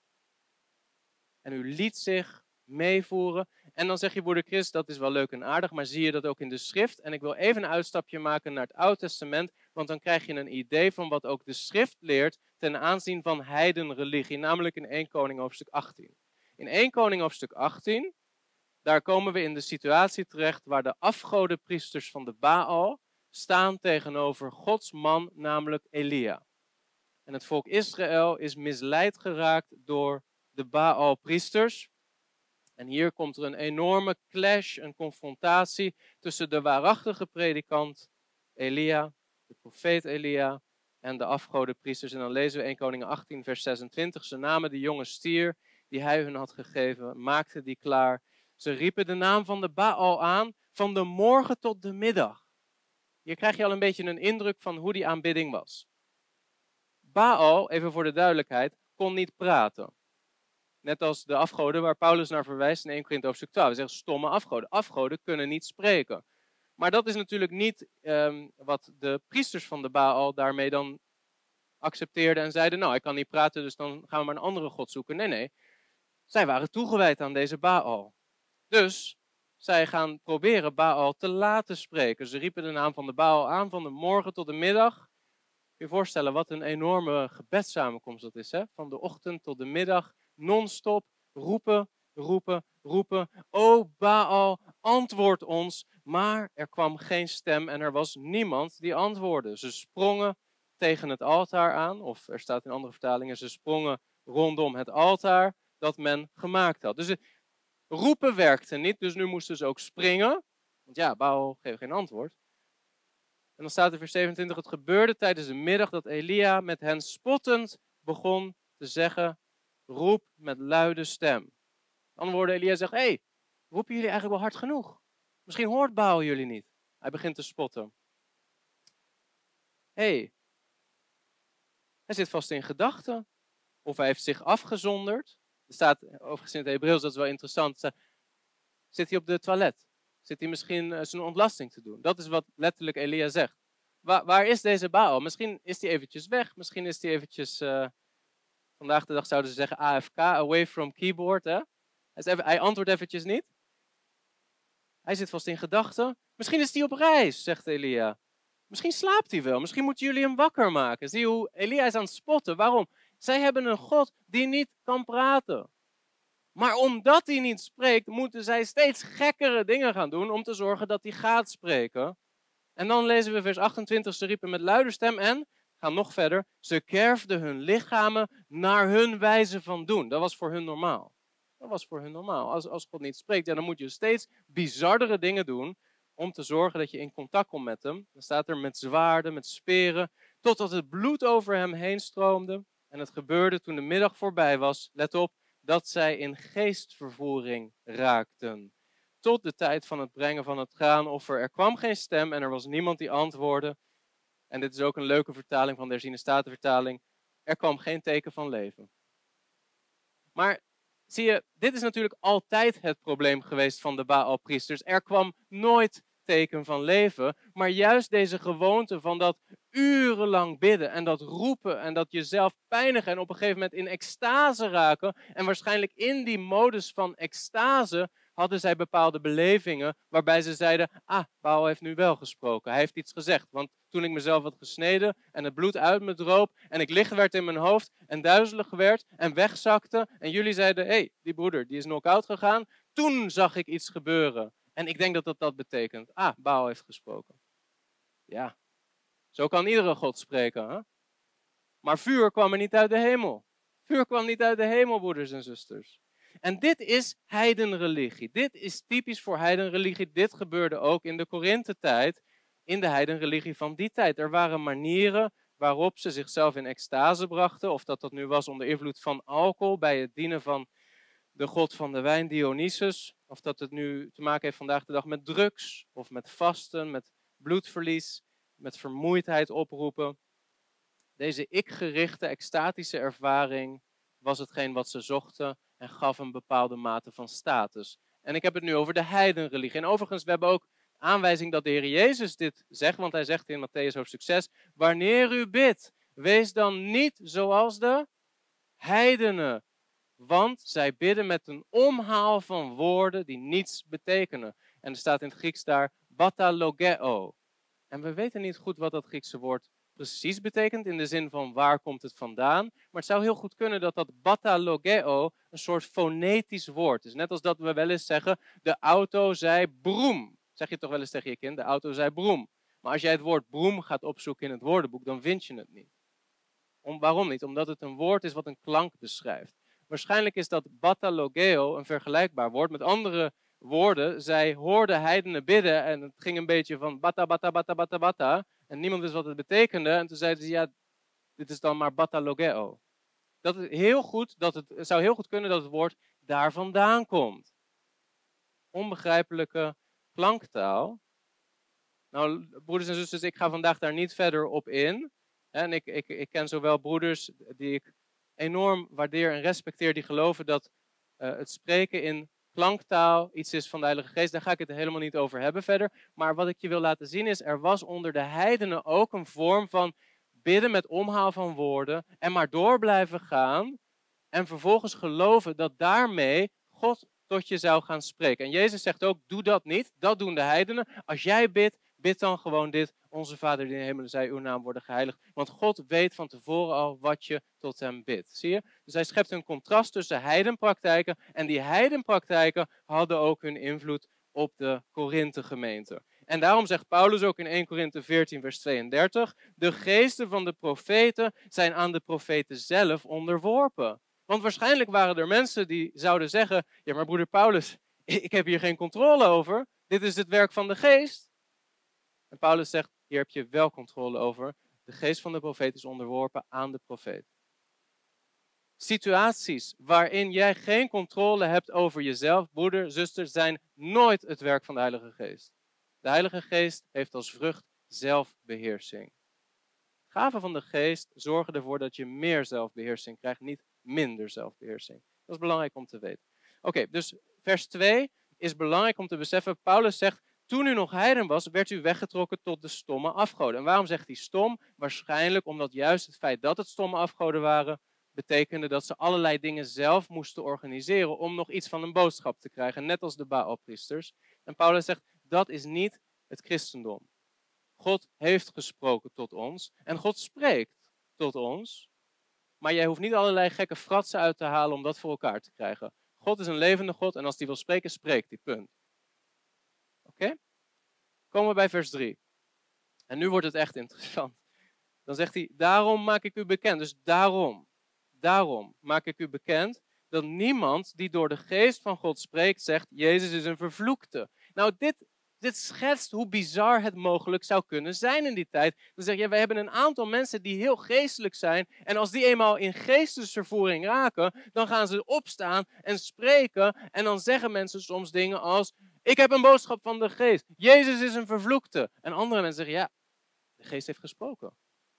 En u liet zich meevoeren. En dan zeg je, broeder Chris, dat is wel leuk en aardig, maar zie je dat ook in de schrift? En ik wil even een uitstapje maken naar het Oude Testament, want dan krijg je een idee van wat ook de schrift leert ten aanzien van heidenreligie, namelijk in Eerste Koning hoofdstuk achttien. In Eerste Koning hoofdstuk achttien, daar komen we in de situatie terecht waar de afgodenpriesters van de Baal staan tegenover Gods man, namelijk Elia. En het volk Israël is misleid geraakt door de Baal-priesters. En hier komt er een enorme clash, een confrontatie tussen de waarachtige predikant Elia, de profeet Elia, en de afgodenpriesters. En dan lezen we Eerste Koningen achttien, vers zesentwintig. Ze namen de jonge stier die hij hun had gegeven, maakten die klaar. Ze riepen de naam van de Baal aan van de morgen tot de middag. hier krijg je al een beetje een indruk van hoe die aanbidding was. Baal, even voor de duidelijkheid, kon niet praten. Net als de afgoden waar Paulus naar verwijst in eerste Korinthe hoofdstuk twaalf. Hij zegt stomme afgoden. Afgoden kunnen niet spreken. Maar dat is natuurlijk niet um, wat de priesters van de Baal daarmee dan accepteerden en zeiden, nou, ik kan niet praten, dus dan gaan we maar een andere god zoeken. Nee, nee. Zij waren toegewijd aan deze Baal. Dus zij gaan proberen Baal te laten spreken. Ze riepen de naam van de Baal aan van de morgen tot de middag. Kun je je voorstellen wat een enorme gebedssamenkomst dat is, hè? Van de ochtend tot de middag, non-stop, roepen, roepen, roepen. O Baal, antwoord ons. Maar er kwam geen stem en er was niemand die antwoordde. Ze sprongen tegen het altaar aan, of er staat in andere vertalingen, ze sprongen rondom het altaar dat men gemaakt had. Dus het roepen werkte niet, dus nu moesten ze ook springen. Want ja, Baal geeft geen antwoord. En dan staat in vers zevenentwintig, het gebeurde tijdens de middag dat Elia met hen spottend begon te zeggen, roep met luide stem. Met andere woorden, Elia zegt, hé, hey, roepen jullie eigenlijk wel hard genoeg? Misschien hoort Baal jullie niet. Hij begint te spotten. Hé, hey, hij zit vast in gedachten. Of hij heeft zich afgezonderd. Er staat overigens in het Hebreeuws, dat is wel interessant. Staat, zit hij op de toilet? Zit hij misschien uh, zijn ontlasting te doen? Dat is wat letterlijk Elia zegt. Wa waar is deze Baal? Misschien is hij eventjes weg. Misschien is hij eventjes, uh, vandaag de dag zouden ze zeggen A F K, away from keyboard. Hè? Hij, even, hij antwoordt eventjes niet. Hij zit vast in gedachten. Misschien is hij op reis, zegt Elia. Misschien slaapt hij wel. Misschien moeten jullie hem wakker maken. Zie je hoe Elia is aan het spotten. Waarom? Zij hebben een God die niet kan praten. Maar omdat hij niet spreekt, moeten zij steeds gekkere dingen gaan doen om te zorgen dat hij gaat spreken. En dan lezen we vers achtentwintig, ze riepen met luide stem en, gaan nog verder, ze kerfden hun lichamen naar hun wijze van doen. Dat was voor hun normaal. Dat was voor hun normaal. Als, als God niet spreekt, ja, dan moet je steeds bizardere dingen doen om te zorgen dat je in contact komt met hem. Dan staat er met zwaarden, met speren, totdat het bloed over hem heen stroomde. En het gebeurde toen de middag voorbij was, let op, dat zij in geestvervoering raakten. Tot de tijd van het brengen van het graanoffer. Er kwam geen stem en er was niemand die antwoordde. En dit is ook een leuke vertaling van de herziene statenvertaling. Er kwam geen teken van leven. Maar zie je, dit is natuurlijk altijd het probleem geweest van de Baal-priesters. Er kwam nooit teken van leven, maar juist deze gewoonte van dat urenlang bidden en dat roepen en dat jezelf pijnigen en op een gegeven moment in extase raken. En waarschijnlijk in die modus van extase hadden zij bepaalde belevingen waarbij ze zeiden, ah, Baal heeft nu wel gesproken, hij heeft iets gezegd. Want toen ik mezelf had gesneden en het bloed uit me droop en ik licht werd in mijn hoofd en duizelig werd en wegzakte en jullie zeiden, hé, hey, die broeder die is knock-out gegaan, toen zag ik iets gebeuren. En ik denk dat dat dat betekent, ah, Baal heeft gesproken. Ja, zo kan iedere God spreken. Hè? Maar vuur kwam er niet uit de hemel. Vuur kwam niet uit de hemel, broeders en zusters. En dit is heidenreligie. Dit is typisch voor heidenreligie. Dit gebeurde ook in de Korinthe-tijd, in de heidenreligie van die tijd. Er waren manieren waarop ze zichzelf in extase brachten. Of dat dat nu was onder invloed van alcohol bij het dienen van de god van de wijn, Dionysus. Of dat het nu te maken heeft vandaag de dag met drugs. Of met vasten, met bloedverlies, met vermoeidheid oproepen. Deze ik-gerichte, extatische ervaring was hetgeen wat ze zochten en gaf een bepaalde mate van status. En ik heb het nu over de heidenreligie. En overigens, we hebben ook aanwijzing dat de Heer Jezus dit zegt, want hij zegt in Matthäus hoofdstuk zes, wanneer u bidt, wees dan niet zoals de heidenen, want zij bidden met een omhaal van woorden die niets betekenen. En er staat in het Grieks daar batalogeo. En we weten niet goed wat dat Griekse woord precies betekent, in de zin van waar komt het vandaan. Maar het zou heel goed kunnen dat dat batalogeo een soort fonetisch woord is. Net als dat we wel eens zeggen, de auto zei broem. Zeg je toch wel eens tegen je kind, de auto zei broem. Maar als jij het woord broem gaat opzoeken in het woordenboek, dan vind je het niet. Om, waarom niet? Omdat het een woord is wat een klank beschrijft. Waarschijnlijk is dat batalogeo een vergelijkbaar woord met andere woorden. Zij hoorden heidenen bidden en het ging een beetje van bata, bata, bata, bata, bata. En niemand wist wat het betekende. En toen zeiden ze, ja, dit is dan maar batalogeo. Dat is heel goed, dat het, het zou heel goed kunnen dat het woord daar vandaan komt. Onbegrijpelijke klanktaal. Nou, broeders en zusters, ik ga vandaag daar niet verder op in. En ik, ik, ik ken zowel broeders die ik enorm waardeer en respecteer, die geloven dat uh, het spreken in klanktaal iets is van de Heilige Geest. Daar ga ik het helemaal niet over hebben verder. Maar wat ik je wil laten zien is, er was onder de heidenen ook een vorm van bidden met omhaal van woorden en maar door blijven gaan en vervolgens geloven dat daarmee God tot je zou gaan spreken. En Jezus zegt ook, doe dat niet, dat doen de heidenen. Als jij bidt, bid dan gewoon dit. Onze Vader die in de hemelen, zij uw naam worden geheiligd. Want God weet van tevoren al wat je tot hem bidt. Zie je? Dus hij schept een contrast tussen heidenpraktijken. En die heidenpraktijken hadden ook hun invloed op de Korinthe-gemeente. En daarom zegt Paulus ook in eerste Korinthe veertien vers tweeëndertig. De geesten van de profeten zijn aan de profeten zelf onderworpen. Want waarschijnlijk waren er mensen die zouden zeggen, ja maar broeder Paulus, ik heb hier geen controle over. Dit is het werk van de geest. En Paulus zegt, hier heb je wel controle over. De geest van de profeet is onderworpen aan de profeet. Situaties waarin jij geen controle hebt over jezelf, broeder, zuster, zijn nooit het werk van de Heilige Geest. De Heilige Geest heeft als vrucht zelfbeheersing. Gaven van de geest zorgen ervoor dat je meer zelfbeheersing krijgt, niet minder zelfbeheersing. Dat is belangrijk om te weten. Oké, okay, dus vers twee is belangrijk om te beseffen. Paulus zegt, toen u nog heiden was, werd u weggetrokken tot de stomme afgoden. En waarom zegt hij stom? Waarschijnlijk omdat juist het feit dat het stomme afgoden waren, betekende dat ze allerlei dingen zelf moesten organiseren om nog iets van een boodschap te krijgen, net als de Baalpriesters. En Paulus zegt, dat is niet het christendom. God heeft gesproken tot ons en God spreekt tot ons. Maar jij hoeft niet allerlei gekke fratsen uit te halen om dat voor elkaar te krijgen. God is een levende God en als hij wil spreken, spreekt hij, punt. Oké? Okay? Komen we bij vers drie. En nu wordt het echt interessant. Dan zegt hij, daarom maak ik u bekend. Dus daarom, daarom maak ik u bekend dat niemand die door de geest van God spreekt, zegt, Jezus is een vervloekte. Nou, dit, dit schetst hoe bizar het mogelijk zou kunnen zijn in die tijd. Dan zeg je, wij hebben een aantal mensen die heel geestelijk zijn. En als die eenmaal in geestesvervoering raken, dan gaan ze opstaan en spreken. En dan zeggen mensen soms dingen als, ik heb een boodschap van de geest. Jezus is een vervloekte. En andere mensen zeggen, ja, de geest heeft gesproken.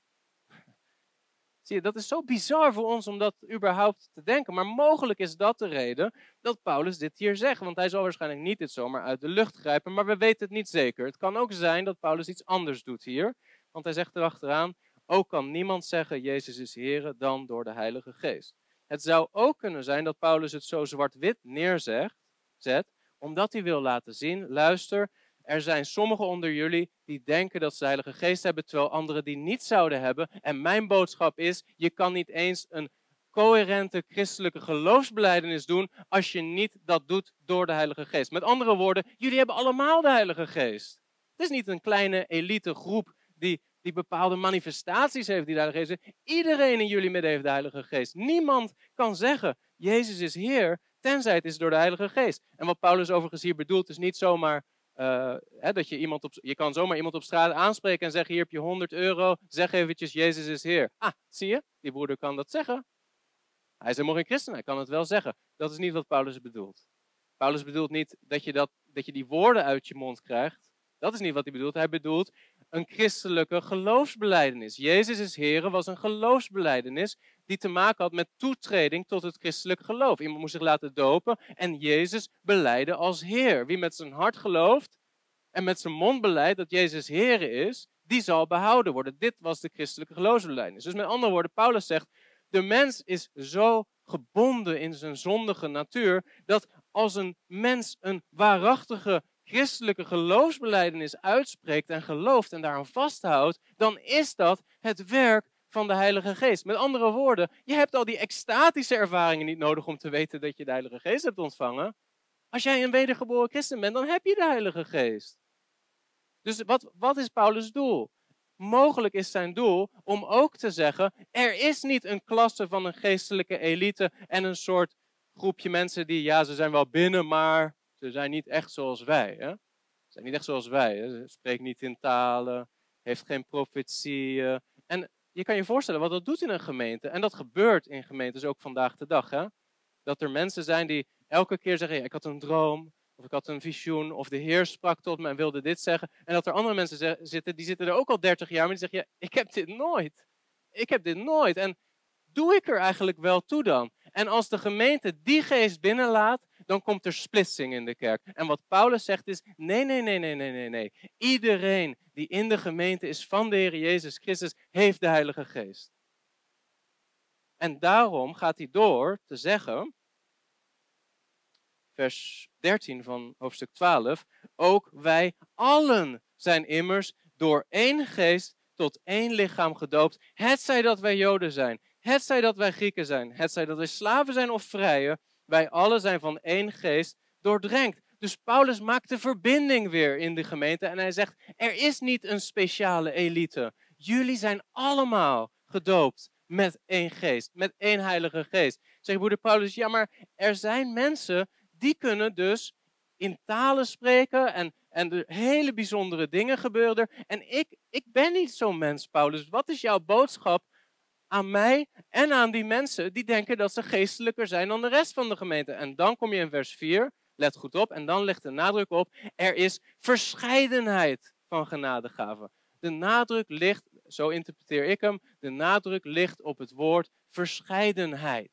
Zie je, dat is zo bizar voor ons om dat überhaupt te denken. Maar mogelijk is dat de reden dat Paulus dit hier zegt. Want hij zal waarschijnlijk niet dit zomaar uit de lucht grijpen. Maar we weten het niet zeker. Het kan ook zijn dat Paulus iets anders doet hier. Want hij zegt erachteraan, ook kan niemand zeggen, Jezus is Heere, dan door de Heilige Geest. Het zou ook kunnen zijn dat Paulus het zo zwart-wit neerzet, zet, omdat hij wil laten zien, luister, er zijn sommigen onder jullie die denken dat ze de Heilige Geest hebben, terwijl anderen die niet zouden hebben. En mijn boodschap is, je kan niet eens een coherente christelijke geloofsbelijdenis doen als je niet dat doet door de Heilige Geest. Met andere woorden, jullie hebben allemaal de Heilige Geest. Het is niet een kleine elite groep die, die bepaalde manifestaties heeft die de Heilige Geest heeft. Iedereen in jullie midden heeft de Heilige Geest. Niemand kan zeggen, Jezus is Heer, tenzij het is door de Heilige Geest. En wat Paulus overigens hier bedoelt, is niet zomaar Uh, hè, dat je iemand op, je kan zomaar iemand op straat aanspreken en zeggen, hier heb je honderd euro, zeg eventjes, Jezus is Heer. Ah, zie je? Die broeder kan dat zeggen. Hij is helemaal geen christen, hij kan het wel zeggen. Dat is niet wat Paulus bedoelt. Paulus bedoelt niet dat je, dat, dat je die woorden uit je mond krijgt. Dat is niet wat hij bedoelt. Hij bedoelt een christelijke geloofsbelijdenis. Jezus is Heer was een geloofsbelijdenis die te maken had met toetreding tot het christelijk geloof. Iemand moest zich laten dopen en Jezus belijden als Heer. Wie met zijn hart gelooft en met zijn mond beleidt dat Jezus Heer is, die zal behouden worden. Dit was de christelijke geloofsbelijdenis. Dus met andere woorden, Paulus zegt, de mens is zo gebonden in zijn zondige natuur, dat als een mens een waarachtige christelijke geloofsbelijdenis uitspreekt en gelooft en daaraan vasthoudt, dan is dat het werk van de Heilige Geest. Met andere woorden, je hebt al die extatische ervaringen niet nodig om te weten dat je de Heilige Geest hebt ontvangen. Als jij een wedergeboren christen bent, dan heb je de Heilige Geest. Dus wat, wat is Paulus' doel? Mogelijk is zijn doel om ook te zeggen, er is niet een klasse van een geestelijke elite en een soort groepje mensen die, ja, ze zijn wel binnen, maar ze zijn niet echt zoals wij. Hè? Ze zijn niet echt zoals wij. Hè? Ze spreken niet in talen, heeft geen profetieën. En je kan je voorstellen wat dat doet in een gemeente. En dat gebeurt in gemeentes ook vandaag de dag. Hè? Dat er mensen zijn die elke keer zeggen, ja, ik had een droom. of ik had een visioen, of de Heer sprak tot me en wilde dit zeggen. En dat er andere mensen z- zitten, die zitten er ook al dertig jaar, maar die zeggen, ja, ik heb dit nooit. Ik heb dit nooit. En doe ik er eigenlijk wel toe dan? En als de gemeente die geest binnenlaat, dan komt er splitsing in de kerk. En wat Paulus zegt is, nee, nee, nee, nee, nee, nee, nee. Iedereen die in de gemeente is van de Heer Jezus Christus, heeft de Heilige Geest. En daarom gaat hij door te zeggen, vers dertien van hoofdstuk twaalf, ook wij allen zijn immers door één geest tot één lichaam gedoopt. Hetzij dat wij Joden zijn, hetzij dat wij Grieken zijn, hetzij dat wij slaven zijn of vrije, wij allen zijn van één geest doordrenkt. Dus Paulus maakt de verbinding weer in de gemeente en hij zegt, er is niet een speciale elite. Jullie zijn allemaal gedoopt met één geest, met één heilige geest. Zegt broeder Paulus, ja maar er zijn mensen die kunnen dus in talen spreken en, en er hele bijzondere dingen gebeuren er. En ik, ik ben niet zo'n mens, Paulus. Wat is jouw boodschap aan mij en aan die mensen die denken dat ze geestelijker zijn dan de rest van de gemeente? En dan kom je in vers vier, let goed op, en dan ligt de nadruk op, er is verscheidenheid van genadegaven. De nadruk ligt, zo interpreteer ik hem, de nadruk ligt op het woord verscheidenheid.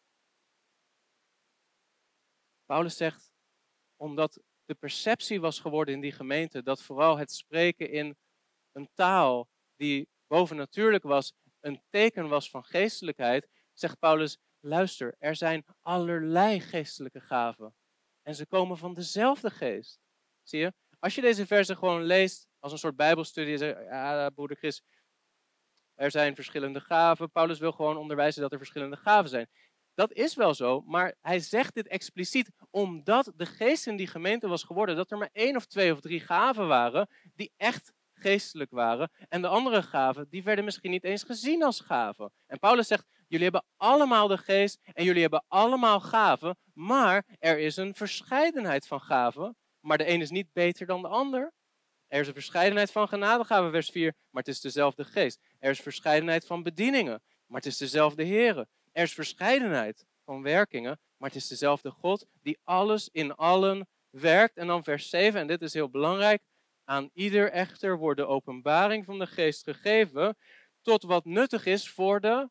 Paulus zegt, omdat de perceptie was geworden in die gemeente, dat vooral het spreken in een taal die bovennatuurlijk was, een teken was van geestelijkheid, zegt Paulus, luister, er zijn allerlei geestelijke gaven. En ze komen van dezelfde geest. Zie je? Als je deze versen gewoon leest als een soort bijbelstudie, zeg, ja, broeder Chris, er zijn verschillende gaven. Paulus wil gewoon onderwijzen dat er verschillende gaven zijn. Dat is wel zo, maar hij zegt dit expliciet omdat de geest in die gemeente was geworden, dat er maar één of twee of drie gaven waren die echt geestelijk waren. En de andere gaven, die werden misschien niet eens gezien als gaven. En Paulus zegt, jullie hebben allemaal de geest en jullie hebben allemaal gaven, maar er is een verscheidenheid van gaven, maar de een is niet beter dan de ander. Er is een verscheidenheid van genadegaven, vers vier, maar het is dezelfde geest. Er is verscheidenheid van bedieningen, maar het is dezelfde Heere. Er is verscheidenheid van werkingen, maar het is dezelfde God die alles in allen werkt. En dan vers zeven, en dit is heel belangrijk. Aan ieder echter wordt de openbaring van de geest gegeven tot wat nuttig is voor de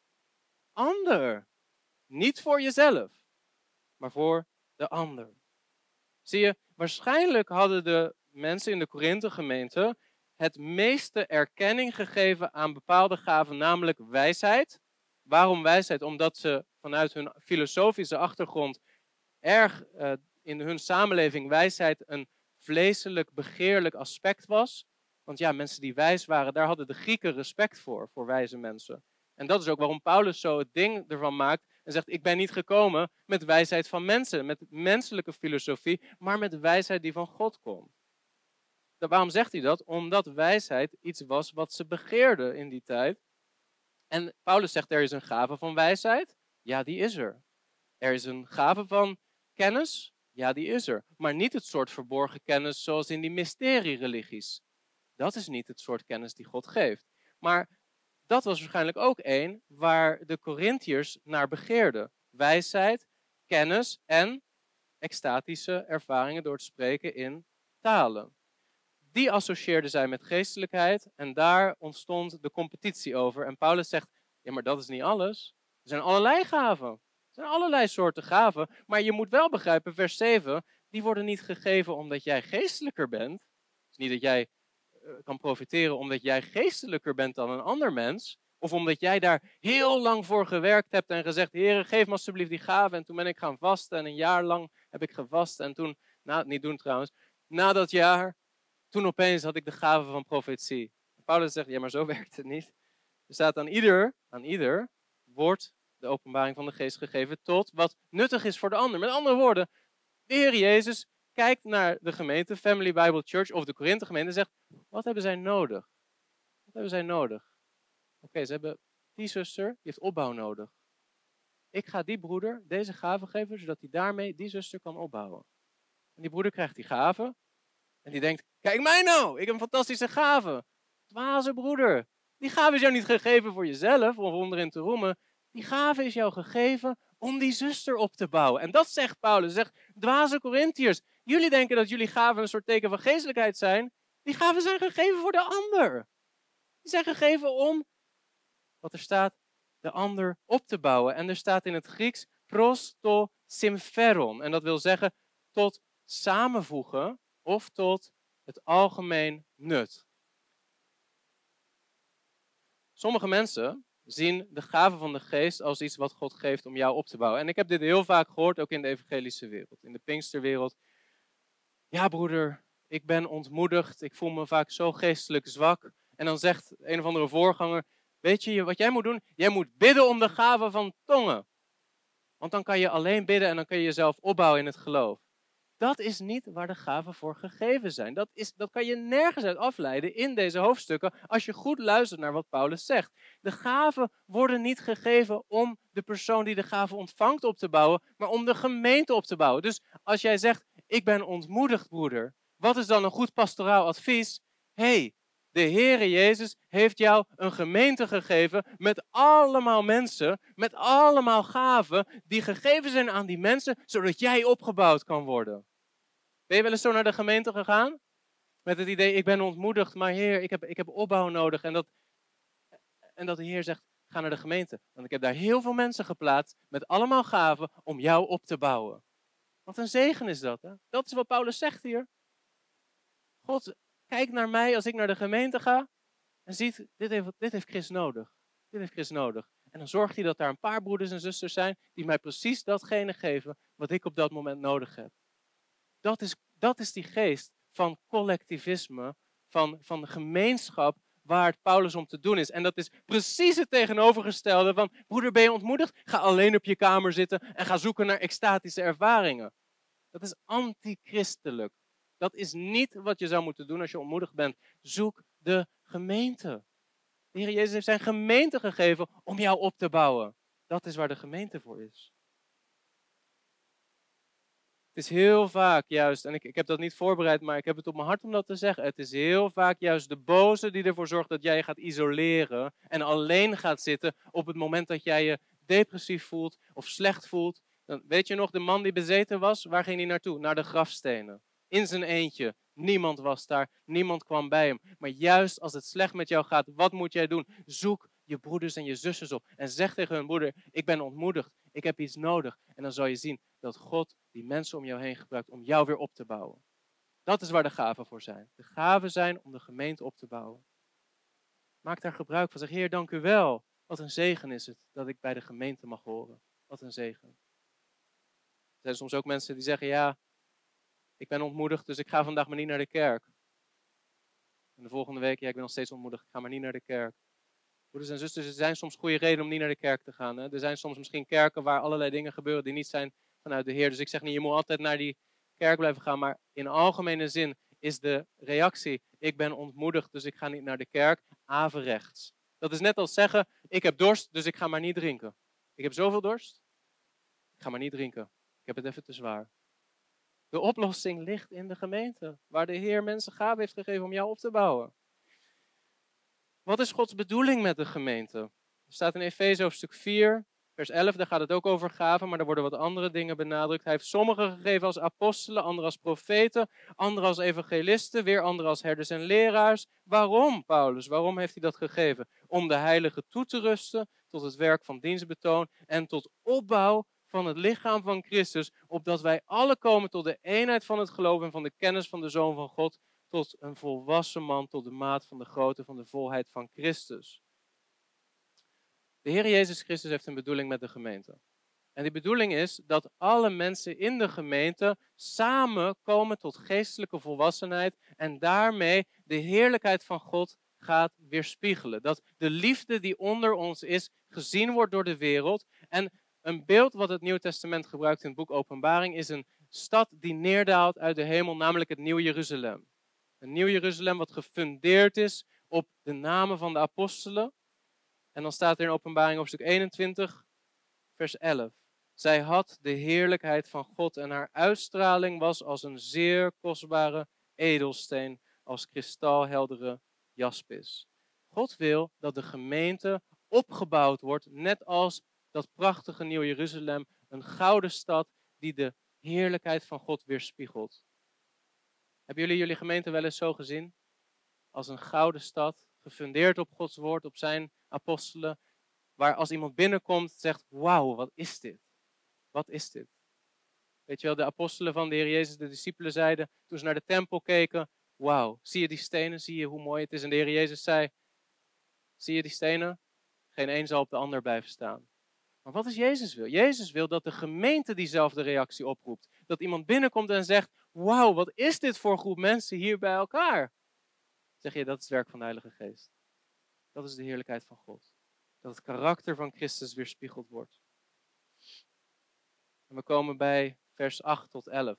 ander. Niet voor jezelf, maar voor de ander. Zie je, waarschijnlijk hadden de mensen in de Korinthe-gemeente het meeste erkenning gegeven aan bepaalde gaven, namelijk wijsheid. Waarom wijsheid? Omdat ze vanuit hun filosofische achtergrond erg uh, in hun samenleving wijsheid een vleeselijk, begeerlijk aspect was. Want ja, mensen die wijs waren, daar hadden de Grieken respect voor, voor wijze mensen. En dat is ook waarom Paulus zo het ding ervan maakt en zegt, ik ben niet gekomen met wijsheid van mensen, met menselijke filosofie, maar met wijsheid die van God komt. Waarom zegt hij dat? Omdat wijsheid iets was wat ze begeerden in die tijd. En Paulus zegt, er is een gave van wijsheid. Ja, die is er. Er is een gave van kennis. Ja, die is er. Maar niet het soort verborgen kennis zoals in die mysterie-religies. Dat is niet het soort kennis die God geeft. Maar dat was waarschijnlijk ook één waar de Korintiërs naar begeerden. Wijsheid, kennis en extatische ervaringen door het spreken in talen. Die associeerden zij met geestelijkheid en daar ontstond de competitie over. En Paulus zegt, ja, maar dat is niet alles. Er zijn allerlei gaven. Er zijn allerlei soorten gaven. Maar je moet wel begrijpen, vers zeven, die worden niet gegeven omdat jij geestelijker bent. Het is niet dat jij uh, kan profiteren omdat jij geestelijker bent dan een ander mens. Of omdat jij daar heel lang voor gewerkt hebt en gezegd, Heere, geef me alsjeblieft die gaven. En toen ben ik gaan vasten en een jaar lang heb ik gevast. En toen, nou, niet doen trouwens, na dat jaar, toen opeens had ik de gave van profetie. Paulus zegt, ja, maar zo werkt het niet. Er staat aan ieder, aan ieder wordt de openbaring van de geest gegeven tot wat nuttig is voor de ander. Met andere woorden, de Heer Jezus kijkt naar de gemeente, Family Bible Church of de Korinthe gemeente en zegt, wat hebben zij nodig? Wat hebben zij nodig? Oké, okay, ze hebben die zuster, die heeft opbouw nodig. Ik ga die broeder deze gave geven, zodat hij daarmee die zuster kan opbouwen. En die broeder krijgt die gave. En die denkt, kijk mij nou, ik heb een fantastische gave. Dwaze broeder, die gave is jou niet gegeven voor jezelf of om erin te roemen. Die gave is jou gegeven om die zuster op te bouwen. En dat zegt Paulus, zegt dwaze Korintiërs. Jullie denken dat jullie gaven een soort teken van geestelijkheid zijn. Die gaven zijn gegeven voor de ander. Die zijn gegeven om, wat er staat, de ander op te bouwen. En er staat in het Grieks pros to sympheron. En dat wil zeggen tot samenvoegen of tot het algemeen nut. Sommige mensen zien de gave van de geest als iets wat God geeft om jou op te bouwen. En ik heb dit heel vaak gehoord, ook in de evangelische wereld, in de Pinksterwereld. Ja, broeder, ik ben ontmoedigd, ik voel me vaak zo geestelijk zwak. En dan zegt een of andere voorganger, weet je wat jij moet doen? Jij moet bidden om de gave van tongen. Want dan kan je alleen bidden en dan kun je jezelf opbouwen in het geloof. Dat is niet waar de gaven voor gegeven zijn. Dat, is, dat kan je nergens uit afleiden in deze hoofdstukken als je goed luistert naar wat Paulus zegt. De gaven worden niet gegeven om de persoon die de gave ontvangt op te bouwen, maar om de gemeente op te bouwen. Dus als jij zegt, ik ben ontmoedigd, broeder, wat is dan een goed pastoraal advies? Hé, hey, de Heere Jezus heeft jou een gemeente gegeven met allemaal mensen, met allemaal gaven die gegeven zijn aan die mensen, zodat jij opgebouwd kan worden. Ben je wel eens zo naar de gemeente gegaan? Met het idee, ik ben ontmoedigd, maar Heer, ik heb, ik heb opbouw nodig. En dat, en dat de Heer zegt, ga naar de gemeente. Want ik heb daar heel veel mensen geplaatst met allemaal gaven om jou op te bouwen. Wat een zegen is dat, hè? Dat is wat Paulus zegt hier. God kijkt naar mij als ik naar de gemeente ga en ziet, dit heeft, dit heeft Chris nodig. Dit heeft Chris nodig. En dan zorgt hij dat daar een paar broeders en zusters zijn die mij precies datgene geven wat ik op dat moment nodig heb. Dat is, dat is die geest van collectivisme, van, van gemeenschap, waar het Paulus om te doen is. En dat is precies het tegenovergestelde van, broeder, ben je ontmoedigd? Ga alleen op je kamer zitten en ga zoeken naar extatische ervaringen. Dat is antichristelijk. Dat is niet wat je zou moeten doen als je ontmoedigd bent. Zoek de gemeente. De Heer Jezus heeft zijn gemeente gegeven om jou op te bouwen. Dat is waar de gemeente voor is. Het is heel vaak juist, en ik, ik heb dat niet voorbereid, maar ik heb het op mijn hart om dat te zeggen. Het is heel vaak juist de boze die ervoor zorgt dat jij je gaat isoleren en alleen gaat zitten op het moment dat jij je depressief voelt of slecht voelt. Dan, weet je nog, de man die bezeten was, waar ging hij naartoe? Naar de grafstenen. In zijn eentje. Niemand was daar, niemand kwam bij hem. Maar juist als het slecht met jou gaat, wat moet jij doen? Zoek je broeders en je zusters op en zeg tegen hun broeder, ik ben ontmoedigd, ik heb iets nodig. En dan zal je zien dat God die mensen om jou heen gebruikt om jou weer op te bouwen. Dat is waar de gaven voor zijn. De gaven zijn om de gemeente op te bouwen. Maak daar gebruik van. Zeg, Heer, dank u wel. Wat een zegen is het dat ik bij de gemeente mag horen. Wat een zegen. Er zijn soms ook mensen die zeggen, ja, ik ben ontmoedigd, dus ik ga vandaag maar niet naar de kerk. En de volgende week, ja, ik ben nog steeds ontmoedigd, ik ga maar niet naar de kerk. Broeders en zusters, er zijn soms goede redenen om niet naar de kerk te gaan. Hè? Er zijn soms misschien kerken waar allerlei dingen gebeuren die niet zijn vanuit de Heer. Dus ik zeg niet, je moet altijd naar die kerk blijven gaan. Maar in algemene zin is de reactie, ik ben ontmoedigd, dus ik ga niet naar de kerk, averechts. Dat is net als zeggen, ik heb dorst, dus ik ga maar niet drinken. Ik heb zoveel dorst, ik ga maar niet drinken. Ik heb het even te zwaar. De oplossing ligt in de gemeente, waar de Heer mensen gaven heeft gegeven om jou op te bouwen. Wat is Gods bedoeling met de gemeente? Er staat in Efeze hoofdstuk vier, vers elf, daar gaat het ook over gaven, maar daar worden wat andere dingen benadrukt. Hij heeft sommigen gegeven als apostelen, anderen als profeten, anderen als evangelisten, weer anderen als herders en leraars. Waarom, Paulus? Waarom heeft hij dat gegeven? Om de heiligen toe te rusten tot het werk van dienstbetoon en tot opbouw van het lichaam van Christus, opdat wij alle komen tot de eenheid van het geloof en van de kennis van de Zoon van God, tot een volwassen man, tot de maat van de grootte van de volheid van Christus. De Heer Jezus Christus heeft een bedoeling met de gemeente. En die bedoeling is dat alle mensen in de gemeente samen komen tot geestelijke volwassenheid en daarmee de heerlijkheid van God gaat weerspiegelen. Dat de liefde die onder ons is, gezien wordt door de wereld. En een beeld wat het Nieuwe Testament gebruikt in het boek Openbaring is een stad die neerdaalt uit de hemel, namelijk het Nieuw Jeruzalem. Een Nieuw Jeruzalem wat gefundeerd is op de namen van de apostelen. En dan staat er in Openbaring hoofdstuk eenentwintig, vers elf. Zij had de heerlijkheid van God en haar uitstraling was als een zeer kostbare edelsteen, als kristalheldere jaspis. God wil dat de gemeente opgebouwd wordt, net als Dat prachtige Nieuw Jeruzalem, een gouden stad die de heerlijkheid van God weerspiegelt. Hebben jullie jullie gemeente wel eens zo gezien? Als een gouden stad, gefundeerd op Gods woord, op zijn apostelen, waar als iemand binnenkomt zegt, wauw, wat is dit? Wat is dit? Weet je wel, de apostelen van de Heer Jezus, de discipelen zeiden, toen ze naar de tempel keken, wauw, zie je die stenen, zie je hoe mooi het is? En de Heer Jezus zei, zie je die stenen? Geen één zal op de ander blijven staan. Maar wat is Jezus wil? Jezus wil dat de gemeente diezelfde reactie oproept. Dat iemand binnenkomt en zegt, wauw, wat is dit voor een groep mensen hier bij elkaar? Zeg je, dat is het werk van de Heilige Geest. Dat is de heerlijkheid van God. Dat het karakter van Christus weerspiegeld wordt. En we komen bij vers acht tot elf.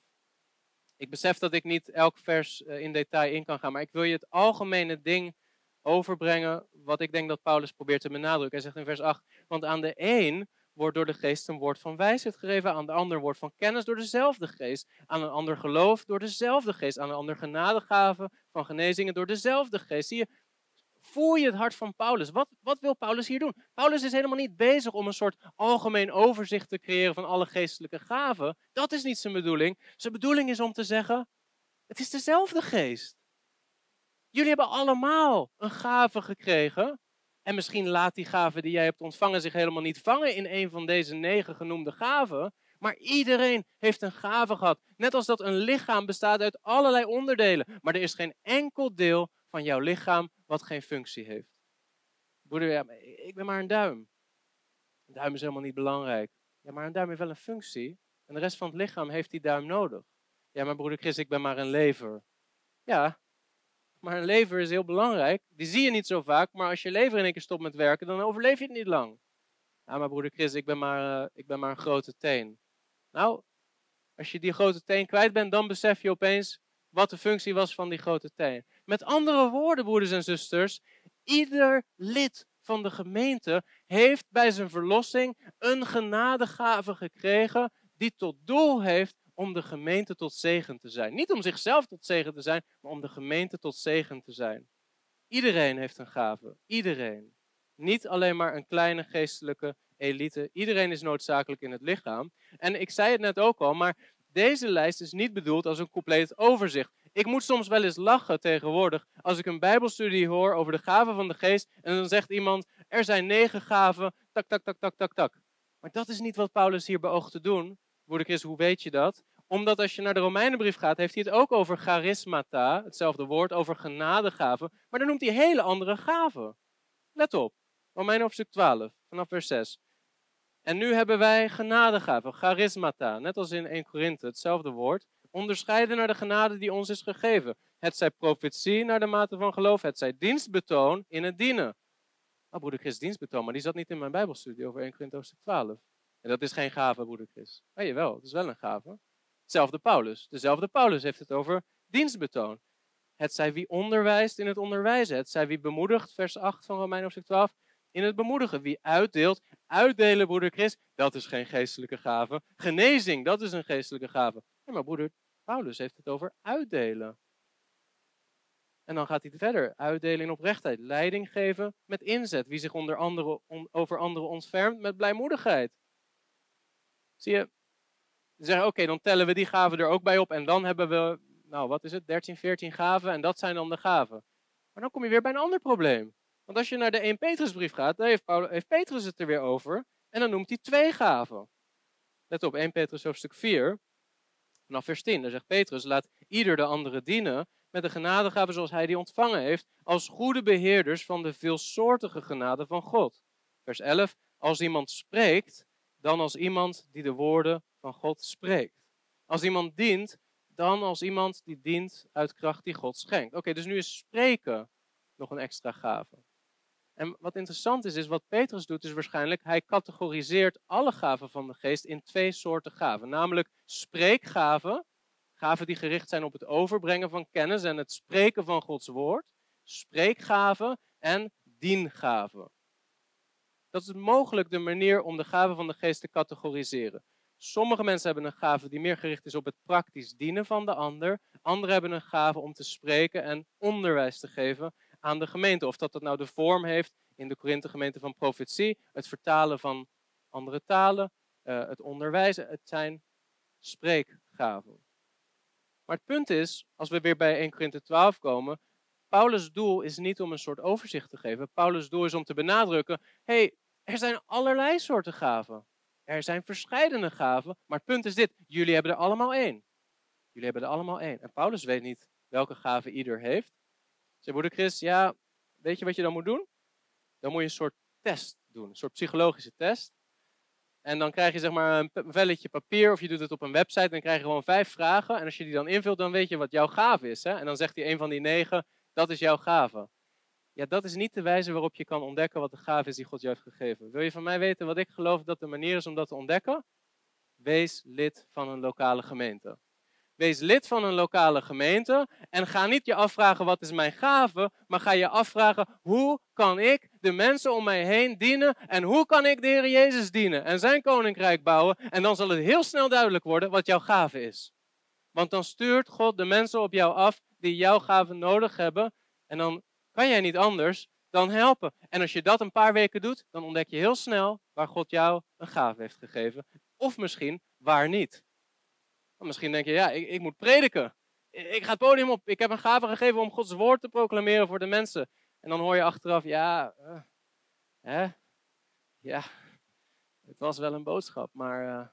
Ik besef dat ik niet elk vers in detail in kan gaan, maar ik wil je het algemene ding overbrengen wat ik denk dat Paulus probeert te benadrukken. Hij zegt in vers acht, want aan de een wordt door de geest een woord van wijsheid gegeven, aan de ander woord van kennis door dezelfde geest, aan een ander geloof door dezelfde geest, aan een ander genadegaven van genezingen door dezelfde geest. Zie je, voel je het hart van Paulus? Wat, wat wil Paulus hier doen? Paulus is helemaal niet bezig om een soort algemeen overzicht te creëren van alle geestelijke gaven. Dat is niet zijn bedoeling. Zijn bedoeling is om te zeggen, het is dezelfde geest. Jullie hebben allemaal een gave gekregen. En misschien laat die gave die jij hebt ontvangen zich helemaal niet vangen in een van deze negen genoemde gaven. Maar iedereen heeft een gave gehad. Net als dat een lichaam bestaat uit allerlei onderdelen. Maar er is geen enkel deel van jouw lichaam wat geen functie heeft. Broeder, ja, ik ben maar een duim. Een duim is helemaal niet belangrijk. Ja, maar een duim heeft wel een functie. En de rest van het lichaam heeft die duim nodig. Ja, maar broeder Chris, ik ben maar een lever. Ja, maar een lever is heel belangrijk. Die zie je niet zo vaak, maar als je lever in één keer stopt met werken, dan overleef je het niet lang. Ja, maar broeder Chris, ik ben maar, uh, ik ben maar een grote teen. Nou, als je die grote teen kwijt bent, dan besef je opeens wat de functie was van die grote teen. Met andere woorden, broeders en zusters, ieder lid van de gemeente heeft bij zijn verlossing een genadegave gekregen die tot doel heeft om de gemeente tot zegen te zijn. Niet om zichzelf tot zegen te zijn, maar om de gemeente tot zegen te zijn. Iedereen heeft een gave. Iedereen. Niet alleen maar een kleine geestelijke elite. Iedereen is noodzakelijk in het lichaam. En ik zei het net ook al, maar deze lijst is niet bedoeld als een compleet overzicht. Ik moet soms wel eens lachen tegenwoordig als ik een bijbelstudie hoor over de gaven van de geest en dan zegt iemand, er zijn negen gaven, tak, tak, tak, tak, tak, tak. Maar dat is niet wat Paulus hier beoogt te doen. Broeder Chris, hoe weet je dat? Omdat als je naar de Romeinenbrief gaat, heeft hij het ook over charismata, hetzelfde woord, over genadegaven, maar dan noemt hij hele andere gaven. Let op, Romeinen hoofdstuk twaalf, vanaf vers zes. En nu hebben wij genadegaven, charismata, net als in eerste Korinthe, hetzelfde woord, onderscheiden naar de genade die ons is gegeven. Het zij profetie naar de mate van geloof, het zij dienstbetoon in het dienen. Oh, broeder Chris, dienstbetoon, maar die zat niet in mijn bijbelstudie over eerste Korinthe hoofdstuk twaalf. En dat is geen gave, broeder Chris. Oh, jawel, het is wel een gave. Hetzelfde Paulus. Dezelfde Paulus heeft het over dienstbetoon. Het zij wie onderwijst in het onderwijzen. Het zij wie bemoedigt, vers acht van Romeinen hoofdstuk twaalf, in het bemoedigen. Wie uitdeelt, uitdelen, broeder Chris, dat is geen geestelijke gave. Genezing, dat is een geestelijke gave. Ja, maar broeder Paulus heeft het over uitdelen. En dan gaat hij verder. Uitdelen in oprechtheid. Leiding geven met inzet. Wie zich onder andere, on, over anderen ontfermt met blijmoedigheid. Zie je? Ze zeggen, oké, okay, dan tellen we die gaven er ook bij op. En dan hebben we, nou wat is het, dertien, veertien gaven. En dat zijn dan de gaven. Maar dan kom je weer bij een ander probleem. Want als je naar de eerste Petrusbrief gaat, dan heeft, Paulus, heeft Petrus het er weer over. En dan noemt hij twee gaven. Let op, eerste Petrus hoofdstuk vier. Vanaf vers tien, daar zegt Petrus, laat ieder de andere dienen met de genadegave zoals hij die ontvangen heeft, als goede beheerders van de veelsoortige genade van God. Vers elf, als iemand spreekt, dan als iemand die de woorden van God spreekt. Als iemand dient, dan als iemand die dient uit kracht die God schenkt. Oké, okay, dus nu is spreken nog een extra gave. En wat interessant is, is wat Petrus doet, is waarschijnlijk, hij categoriseert alle gaven van de geest in twee soorten gaven. Namelijk spreekgaven, gaven die gericht zijn op het overbrengen van kennis en het spreken van Gods woord. Spreekgaven en diengaven. Dat is mogelijk de manier om de gaven van de geest te categoriseren. Sommige mensen hebben een gave die meer gericht is op het praktisch dienen van de ander. Anderen hebben een gave om te spreken en onderwijs te geven aan de gemeente. Of dat dat nou de vorm heeft in de Korinthe gemeente van profetie, het vertalen van andere talen, uh, het onderwijzen. Het zijn spreekgaven. Maar het punt is, als we weer bij Eerste Korinthe twaalf komen, Paulus' doel is niet om een soort overzicht te geven. Paulus' doel is om te benadrukken, hé, hey, er zijn allerlei soorten gaven. Er zijn verscheidene gaven, maar het punt is dit, jullie hebben er allemaal één. Jullie hebben er allemaal één. En Paulus weet niet welke gave ieder heeft. Zei broeder Chris, ja, weet je wat je dan moet doen? Dan moet je een soort test doen, een soort psychologische test. En dan krijg je zeg maar een velletje papier of je doet het op een website. En dan krijg je gewoon vijf vragen. En als je die dan invult, dan weet je wat jouw gave is. Hè? En dan zegt hij een van die negen, dat is jouw gave. Ja, dat is niet de wijze waarop je kan ontdekken wat de gave is die God je heeft gegeven. Wil je van mij weten wat ik geloof dat de manier is om dat te ontdekken? Wees lid van een lokale gemeente. Wees lid van een lokale gemeente en ga niet je afvragen wat is mijn gave, maar ga je afvragen hoe kan ik de mensen om mij heen dienen en hoe kan ik de Heer Jezus dienen en zijn koninkrijk bouwen en dan zal het heel snel duidelijk worden wat jouw gave is. Want dan stuurt God de mensen op jou af die jouw gave nodig hebben en dan kan jij niet anders dan helpen. En als je dat een paar weken doet, dan ontdek je heel snel waar God jou een gave heeft gegeven of misschien waar niet. Misschien denk je, ja, ik, ik moet prediken. Ik ga het podium op. Ik heb een gave gegeven om Gods woord te proclameren voor de mensen. En dan hoor je achteraf, ja, uh, hè, ja, het was wel een boodschap. Maar uh,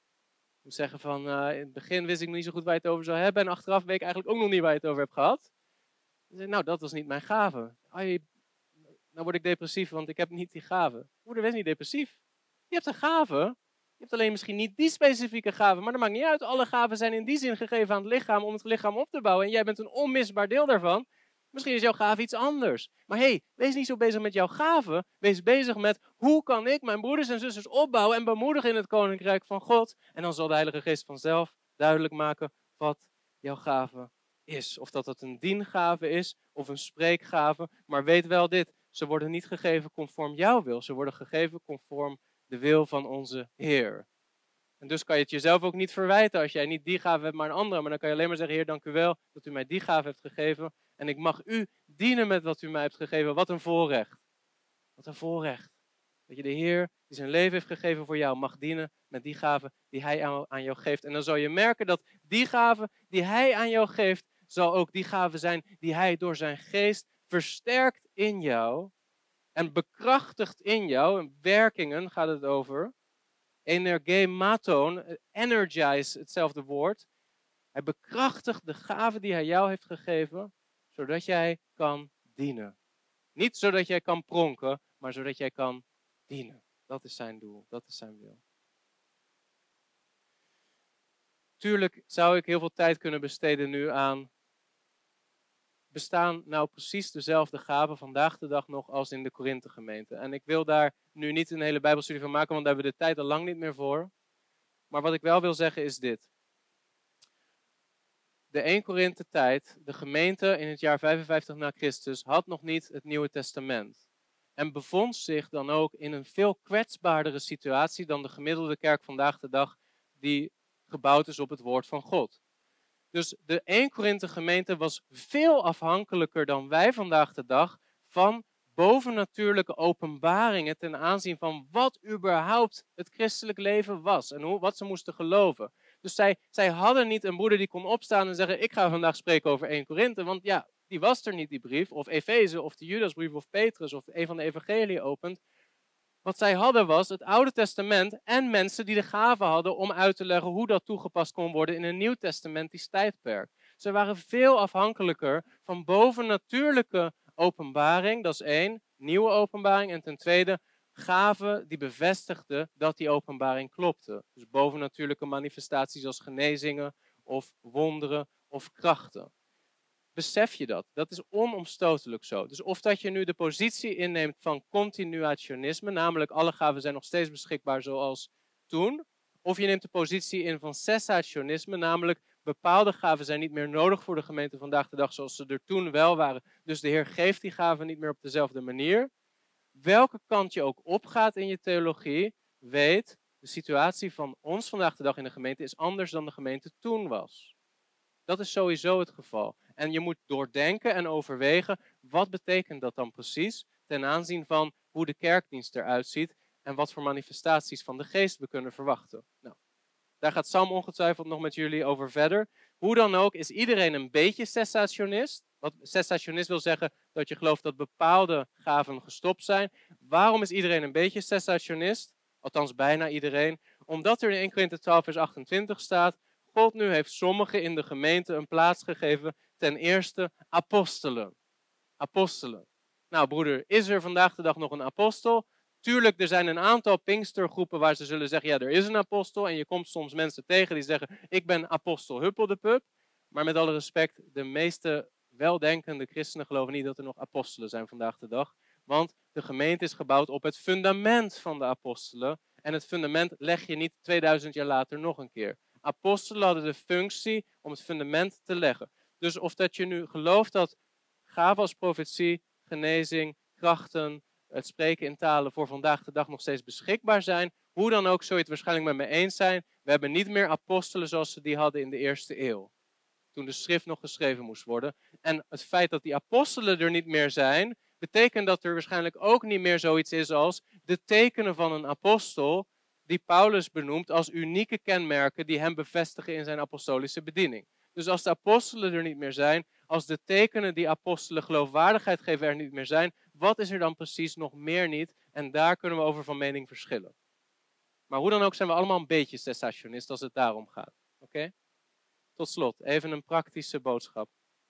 ik moet zeggen van, uh, in het begin wist ik niet zo goed waar je het over zou hebben. En achteraf weet ik eigenlijk ook nog niet waar je het over hebt gehad. Dan zeg ik, nou, dat was niet mijn gave. Ai, nou word ik depressief, want ik heb niet die gave. Moeder, wees niet depressief. Je hebt een gave. Je hebt alleen misschien niet die specifieke gave, maar dat maakt niet uit. Alle gaven zijn in die zin gegeven aan het lichaam om het lichaam op te bouwen. En jij bent een onmisbaar deel daarvan. Misschien is jouw gave iets anders. Maar hé, hey, wees niet zo bezig met jouw gave. Wees bezig met hoe kan ik mijn broeders en zusters opbouwen en bemoedigen in het koninkrijk van God. En dan zal de Heilige Geest vanzelf duidelijk maken wat jouw gave is. Of dat het een diengave is of een spreekgave. Maar weet wel dit, ze worden niet gegeven conform jouw wil. Ze worden gegeven conform de wil van onze Heer. En dus kan je het jezelf ook niet verwijten als jij niet die gave hebt, maar een andere. Maar dan kan je alleen maar zeggen, Heer, dank u wel dat u mij die gave hebt gegeven. En ik mag u dienen met wat u mij hebt gegeven. Wat een voorrecht. Wat een voorrecht. Dat je de Heer die zijn leven heeft gegeven voor jou mag dienen met die gave die hij aan jou geeft. En dan zal je merken dat die gave die hij aan jou geeft, zal ook die gave zijn die hij door zijn geest versterkt in jou. En bekrachtigt in jou, en werkingen gaat het over. Energematon, energize, hetzelfde woord. Hij bekrachtigt de gave die hij jou heeft gegeven, zodat jij kan dienen. Niet zodat jij kan pronken, maar zodat jij kan dienen. Dat is zijn doel, dat is zijn wil. Tuurlijk zou ik heel veel tijd kunnen besteden nu aan, bestaan nou precies dezelfde gaven vandaag de dag nog als in de Korinthe gemeente. En ik wil daar nu niet een hele bijbelstudie van maken, want daar hebben we de tijd al lang niet meer voor. Maar wat ik wel wil zeggen is dit. De Eerste Korinthe tijd, de gemeente in het jaar vijfenvijftig na Christus, had nog niet het Nieuwe Testament. En bevond zich dan ook in een veel kwetsbaardere situatie dan de gemiddelde kerk vandaag de dag, die gebouwd is op het woord van God. Dus de Eerste Korinthe gemeente was veel afhankelijker dan wij vandaag de dag van bovennatuurlijke openbaringen ten aanzien van wat überhaupt het christelijk leven was en hoe, wat ze moesten geloven. Dus zij, zij hadden niet een broeder die kon opstaan en zeggen, ik ga vandaag spreken over Eerste Korinthe, want ja, die was er niet, die brief, of Efeze, of de Judasbrief, of Petrus, of een van de evangeliën opent. Wat zij hadden was het Oude Testament en mensen die de gave hadden om uit te leggen hoe dat toegepast kon worden in een Nieuw Testamentisch tijdperk. Ze waren veel afhankelijker van bovennatuurlijke openbaring, dat is één, nieuwe openbaring. En ten tweede, gaven die bevestigden dat die openbaring klopte. Dus bovennatuurlijke manifestaties als genezingen of wonderen of krachten. Besef je dat? Dat is onomstotelijk zo. Dus of dat je nu de positie inneemt van continuationisme, namelijk alle gaven zijn nog steeds beschikbaar zoals toen, of je neemt de positie in van cessationisme, namelijk bepaalde gaven zijn niet meer nodig voor de gemeente vandaag de dag zoals ze er toen wel waren. Dus de Heer geeft die gaven niet meer op dezelfde manier. Welke kant je ook opgaat in je theologie, weet, de situatie van ons vandaag de dag in de gemeente is anders dan de gemeente toen was. Dat is sowieso het geval. En je moet doordenken en overwegen, wat betekent dat dan precies ten aanzien van hoe de kerkdienst eruit ziet en wat voor manifestaties van de geest we kunnen verwachten. Nou, daar gaat Sam ongetwijfeld nog met jullie over verder. Hoe dan ook is iedereen een beetje cessationist. Wat cessationist wil zeggen dat je gelooft dat bepaalde gaven gestopt zijn. Waarom is iedereen een beetje cessationist? Althans bijna iedereen. Omdat er in Eerste Korinthe twaalf vers achtentwintig staat: God nu heeft sommigen in de gemeente een plaats gegeven. Ten eerste apostelen. Apostelen. Nou broeder, is er vandaag de dag nog een apostel? Tuurlijk, er zijn een aantal Pinkstergroepen waar ze zullen zeggen, ja, er is een apostel. En je komt soms mensen tegen die zeggen, ik ben apostel Huppeldepup. Maar met alle respect, de meeste weldenkende christenen geloven niet dat er nog apostelen zijn vandaag de dag. Want de gemeente is gebouwd op het fundament van de apostelen. En het fundament leg je niet tweeduizend jaar later nog een keer. Apostelen hadden de functie om het fundament te leggen. Dus of dat je nu gelooft dat gaven als profetie, genezing, krachten, het spreken in talen voor vandaag de dag nog steeds beschikbaar zijn. Hoe dan ook, zul je het waarschijnlijk met me eens zijn. We hebben niet meer apostelen zoals ze die hadden in de eerste eeuw. Toen de schrift nog geschreven moest worden. En het feit dat die apostelen er niet meer zijn, betekent dat er waarschijnlijk ook niet meer zoiets is als de tekenen van een apostel, die Paulus benoemt als unieke kenmerken die hem bevestigen in zijn apostolische bediening. Dus als de apostelen er niet meer zijn, als de tekenen die apostelen geloofwaardigheid geven er niet meer zijn, wat is er dan precies nog meer niet? En daar kunnen we over van mening verschillen. Maar hoe dan ook zijn we allemaal een beetje cessationist als het daarom gaat. Oké? Okay? Tot slot, even een praktische boodschap.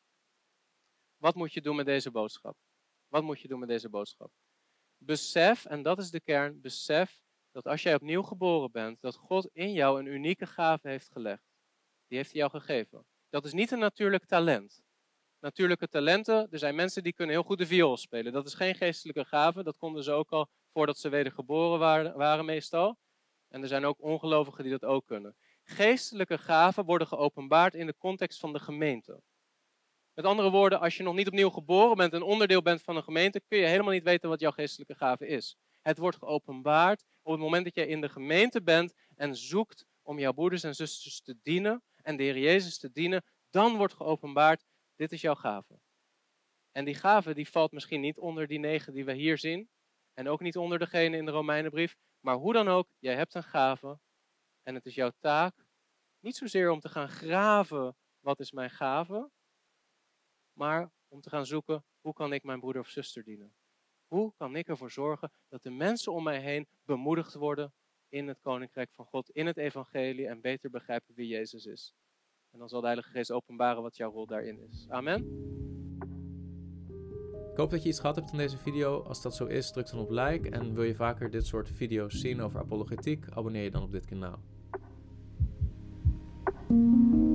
Wat moet je doen met deze boodschap? Wat moet je doen met deze boodschap? Besef, en dat is de kern, besef dat als jij opnieuw geboren bent, dat God in jou een unieke gave heeft gelegd. Die heeft hij jou gegeven. Dat is niet een natuurlijk talent. Natuurlijke talenten, er zijn mensen die kunnen heel goed de viool spelen. Dat is geen geestelijke gave, dat konden ze ook al voordat ze wedergeboren waren, waren meestal. En er zijn ook ongelovigen die dat ook kunnen. Geestelijke gaven worden geopenbaard in de context van de gemeente. Met andere woorden, als je nog niet opnieuw geboren bent en onderdeel bent van een gemeente, kun je helemaal niet weten wat jouw geestelijke gave is. Het wordt geopenbaard op het moment dat jij in de gemeente bent en zoekt om jouw broeders en zusters te dienen en de Heer Jezus te dienen, dan wordt geopenbaard, dit is jouw gave. En die gave die valt misschien niet onder die negen die we hier zien en ook niet onder degene in de Romeinenbrief, maar hoe dan ook, jij hebt een gave en het is jouw taak, niet zozeer om te gaan graven, wat is mijn gave, maar om te gaan zoeken, hoe kan ik mijn broeder of zuster dienen? Hoe kan ik ervoor zorgen dat de mensen om mij heen bemoedigd worden in het Koninkrijk van God, in het evangelie en beter begrijpen wie Jezus is? En dan zal de Heilige Geest openbaren wat jouw rol daarin is. Amen. Ik hoop dat je iets gehad hebt van deze video. Als dat zo is, druk dan op like. En wil je vaker dit soort video's zien over apologetiek, abonneer je dan op dit kanaal.